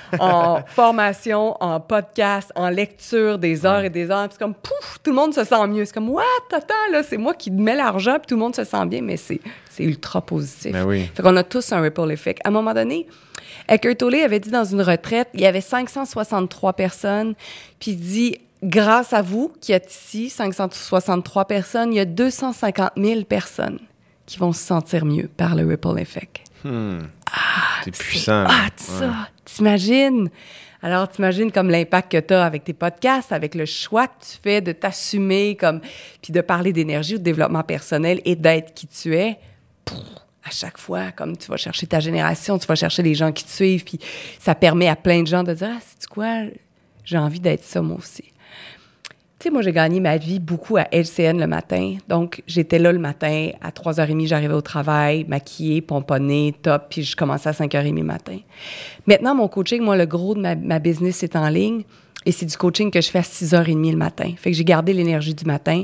en formation, en podcast, en lecture, des heures et des heures. Puis c'est comme, pouf, tout le monde se sent mieux. C'est comme, what, attends, là, c'est moi qui mets l'argent puis tout le monde se sent bien. Mais c'est, c'est ultra positif. Ben oui. Fait qu'on a tous un ripple effect. À un moment donné, Eckhart Tolle avait dit dans une retraite, il y avait cinq cent soixante-trois personnes, puis il dit... Grâce à vous qui êtes ici, cinq cent soixante-trois personnes, il y a deux cent cinquante mille personnes qui vont se sentir mieux par le ripple effect. Hmm. Ah, c'est puissant. Ah, ça, ouais. T'imagines? Alors, t'imagines comme l'impact que tu as avec tes podcasts, avec le choix que tu fais de t'assumer, comme, puis de parler d'énergie ou de développement personnel et d'être qui tu es. Pff, à chaque fois, comme tu vas chercher ta génération, tu vas chercher les gens qui te suivent, puis ça permet à plein de gens de dire « Ah, c'est quoi? J'ai envie d'être ça, moi aussi. » Tu sais, moi, j'ai gagné ma vie beaucoup à L C N le matin. Donc, j'étais là le matin. À trois heures trente, j'arrivais au travail, maquillée, pomponnée, top, puis je commençais à cinq heures trente le matin. Maintenant, mon coaching, moi, le gros de ma, ma business, c'est en ligne. Et c'est du coaching que je fais à six heures trente le matin. Fait que j'ai gardé l'énergie du matin.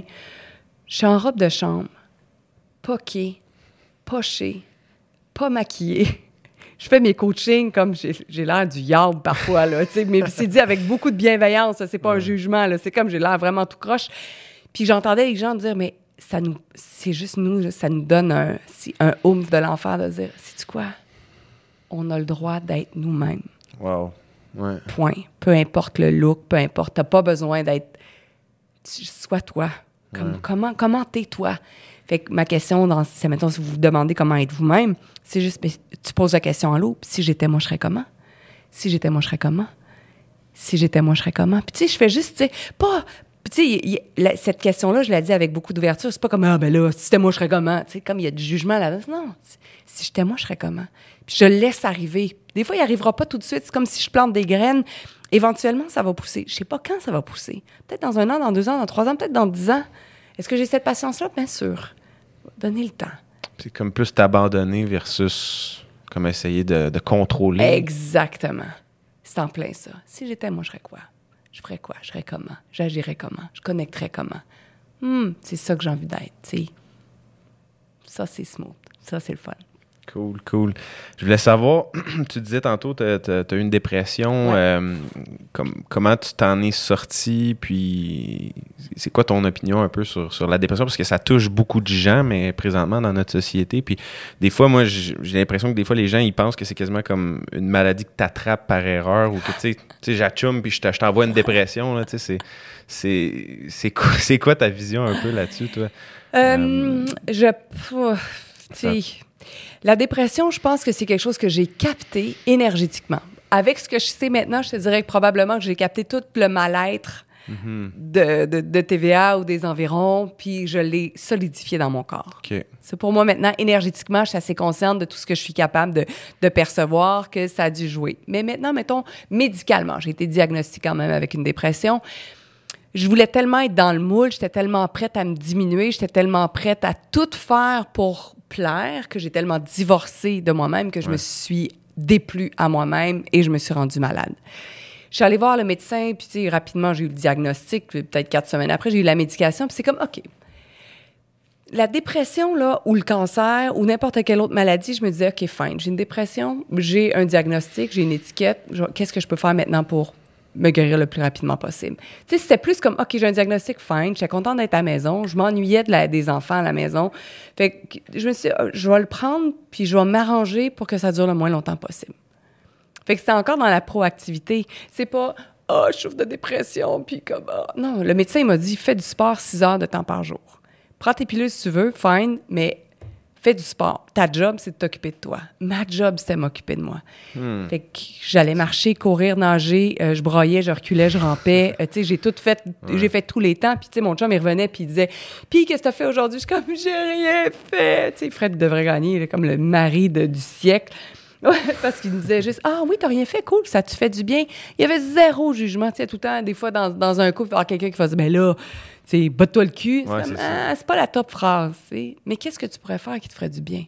Je suis en robe de chambre, poquée, pochée, pas maquillée. Je fais mes coachings comme j'ai, j'ai l'air du yard parfois, là, tu sais, mais c'est dit avec beaucoup de bienveillance, là, c'est pas ouais. un jugement, là, c'est comme j'ai l'air vraiment tout croche. Puis j'entendais les gens dire, mais ça nous, c'est juste nous, ça nous donne un, un oomph de l'enfer de dire, sais-tu quoi? On a le droit d'être nous-mêmes. Wow. Ouais. Point. Peu importe le look, peu importe, t'as pas besoin d'être, sois toi. Comme, ouais. Comment, comment t'es toi? Fait que ma question, dans, c'est mettons, si vous vous demandez comment être vous-même, c'est juste, mais tu poses la question à l'autre. Si j'étais moi, je serais comment? Si j'étais moi, je serais comment? Si j'étais moi, je serais comment? Puis tu sais, je fais juste, tu sais, pas... Tu sais, cette question-là, je la dis avec beaucoup d'ouverture. C'est pas comme, ah ben là, si c'était moi, je serais comment? Tu sais, comme il y a du jugement là-dedans. Non, si j'étais moi, je serais comment? Puis je le laisse arriver. Des fois, il arrivera pas tout de suite. C'est comme si je plante des graines. Éventuellement, ça va pousser. Je sais pas quand ça va pousser. Peut-être dans un an, dans deux ans, dans trois ans, peut-être dans dix ans. Est-ce que j'ai cette patience-là? Bien sûr. Donnez le temps. C'est comme plus t'abandonner versus comme essayer de, de contrôler. Exactement. C'est en plein ça. Si j'étais moi, je serais quoi? Je ferais quoi? Je serais comment? J'agirais comment? Je connecterais comment? Hum, c'est ça que j'ai envie d'être, tu sais. Ça, c'est smooth. Ça, c'est le fun. Cool, cool. Je voulais savoir, tu disais tantôt, tu as eu une dépression. Ouais. Euh, com- comment tu t'en es sorti? Puis, c'est quoi ton opinion un peu sur, sur la dépression? Parce que ça touche beaucoup de gens, mais présentement dans notre société. Puis, des fois, moi, j'ai l'impression que des fois, les gens, ils pensent que c'est quasiment comme une maladie que tu attrapes par erreur ou que, tu sais, j'achoume puis je t'envoie une dépression. Là, tu sais, c'est, c'est, quoi, c'est quoi ta vision un peu là-dessus, toi? Euh, euh, je... Tu sais... La dépression, je pense que c'est quelque chose que j'ai capté énergétiquement. Avec ce que je sais maintenant, je te dirais que probablement que j'ai capté tout le mal-être mm-hmm. de, de, de T V A ou des environs, puis je l'ai solidifié dans mon corps. Okay. C'est pour moi maintenant, énergétiquement, je suis assez consciente de tout ce que je suis capable de, de percevoir, que ça a dû jouer. Mais maintenant, mettons, médicalement, j'ai été diagnostiquée quand même avec une dépression. Je voulais tellement être dans le moule, j'étais tellement prête à me diminuer, j'étais tellement prête à tout faire pour plaire, que j'ai tellement divorcé de moi-même que je ouais. me suis déplu à moi-même et je me suis rendue malade. Je suis allée voir le médecin, puis tu sais, rapidement, j'ai eu le diagnostic, puis peut-être quatre semaines après, j'ai eu la médication, puis c'est comme, OK. La dépression, là, ou le cancer, ou n'importe quelle autre maladie, je me disais, OK, fine, j'ai une dépression, j'ai un diagnostic, j'ai une étiquette, qu'est-ce que je peux faire maintenant pour me guérir le plus rapidement possible. Tu sais, c'était plus comme, OK, j'ai un diagnostic, fine, j'étais contente d'être à la maison, je m'ennuyais de la, des enfants à la maison. Fait que je me suis dit, je vais le prendre, puis je vais m'arranger pour que ça dure le moins longtemps possible. Fait que c'était encore dans la proactivité. C'est pas, ah, oh, je souffre de dépression, puis comme, oh. Non, le médecin, il m'a dit, fais du sport six heures de temps par jour. Prends tes pilules si tu veux, fine, mais fais du sport. Ta job, c'est de t'occuper de toi. Ma job, c'était de m'occuper de moi. Hmm. Fait que j'allais marcher, courir, nager, euh, je broyais, je reculais, je rampais. Euh, tu sais, j'ai tout fait, ouais. j'ai fait tous les temps. Puis, tu sais, mon chum, il revenait, puis il disait, puis, qu'est-ce que t'as fait aujourd'hui? Je suis comme, j'ai rien fait. Tu sais, Fred devrait gagner, là, comme le mari de, du siècle. Ouais, parce qu'il me disait juste, ah oui, t'as rien fait, cool, ça te fait du bien. Il y avait zéro jugement, tu sais, tout le temps, des fois, dans, dans un couple, il y avoir quelqu'un qui faisait, ben là, tu sais, botte-toi le cul. C'est, ouais, comme, c'est, ah, c'est pas la top phrase, tu sais. Mais qu'est-ce que tu pourrais faire qui te ferait du bien?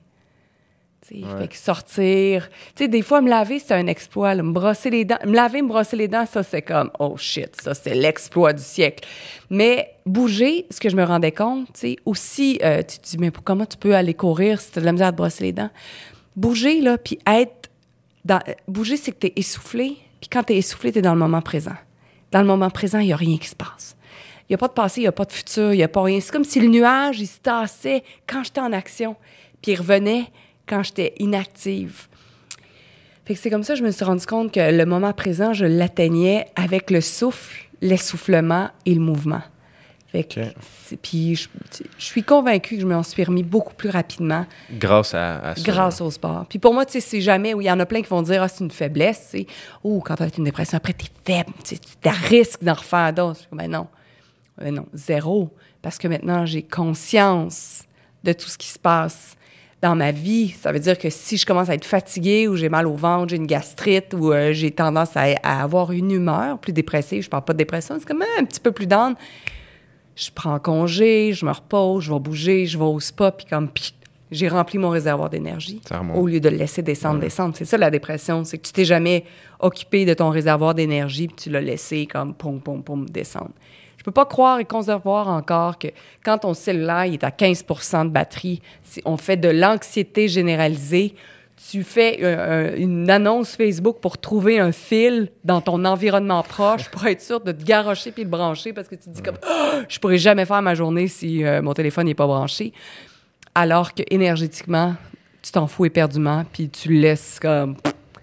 Tu sais, ouais. Fait que sortir. Tu sais, des fois, me laver, c'est un exploit, là. Me brosser les dents. Me laver, me brosser les dents, ça, c'est comme, oh shit, ça, c'est l'exploit du siècle. Mais bouger, ce que je me rendais compte, tu sais, aussi, euh, tu te dis, mais comment tu peux aller courir si t'as de la misère à te brosser les dents? Bouger, là, puis être dans... Bouger, c'est que t'es essoufflé, puis quand t'es essoufflé, t'es dans le moment présent. Dans le moment présent, il n'y a rien qui se passe. Il n'y a pas de passé, il n'y a pas de futur, il n'y a pas rien. C'est comme si le nuage, il se tassait quand j'étais en action, puis il revenait quand j'étais inactive. Fait que c'est comme ça que je me suis rendu compte que le moment présent, je l'atteignais avec le souffle, l'essoufflement et le mouvement. Fait que, okay. Puis je, je suis convaincue que je m'en suis remis beaucoup plus rapidement. Grâce à, à ça. Grâce au sport. Puis pour moi, tu sais, c'est jamais... Il y en a plein qui vont dire, ah, c'est une faiblesse, tu sais. Ou quand tu as une dépression, après, t'es faible, tu as risque d'en refaire d'autres. Ben non. Ben non, zéro. Parce que maintenant, j'ai conscience de tout ce qui se passe dans ma vie. Ça veut dire que si je commence à être fatiguée ou j'ai mal au ventre, j'ai une gastrite ou euh, j'ai tendance à, à avoir une humeur plus dépressive, je parle pas de dépression, c'est quand même un petit peu plus down. Je prends congé, je me repose, je vais bouger, je vais au spa, puis comme, pis, j'ai rempli mon réservoir d'énergie au lieu de le laisser descendre, ouais. descendre. C'est ça, la dépression, c'est que tu t'es jamais occupé de ton réservoir d'énergie, puis tu l'as laissé comme, poum, poum, poum, descendre. Je peux pas croire et concevoir encore que quand ton cellulaire il est à quinze pour cent de batterie, si on fait de l'anxiété généralisée, tu fais euh, une annonce Facebook pour trouver un fil dans ton environnement proche pour être sûr de te garrocher puis de brancher parce que tu te dis comme oh, « je pourrais jamais faire ma journée si euh, mon téléphone n'est pas branché ». Alors que énergétiquement, tu t'en fous éperdument puis tu le laisses comme...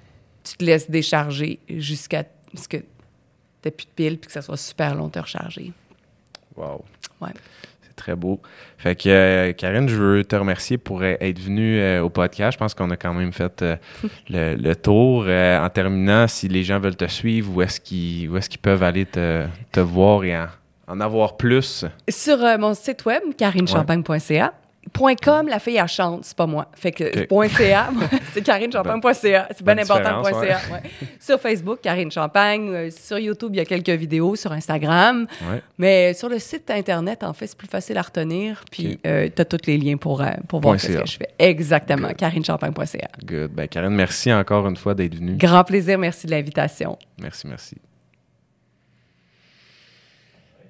Tu te laisses décharger jusqu'à ce que tu n'aies plus de piles puis que ça soit super long de te recharger. Wow. Ouais. Très beau. Fait que, euh, Karine, je veux te remercier pour euh, être venue euh, au podcast. Je pense qu'on a quand même fait euh, le, le tour. Euh, en terminant, si les gens veulent te suivre, où est-ce qu'ils, où est-ce qu'ils peuvent aller te, te voir et en, en avoir plus? Sur euh, mon site web, karine champagne point c a. .com, la fille, elle chante, c'est pas moi. Fait que okay. .ca, c'est karine champagne point c a. C'est bien important, .ca. Ouais. Ouais. Sur Facebook, Karine Champagne. Euh, sur YouTube, il y a quelques vidéos. Sur Instagram. Ouais. Mais sur le site Internet, en fait, c'est plus facile à retenir. Puis, okay. euh, tu as tous les liens pour, euh, pour voir ce que je fais. Exactement, karine champagne point c a. Good. Ben, Karine, merci encore une fois d'être venue. Grand plaisir. Merci de l'invitation. Merci, merci.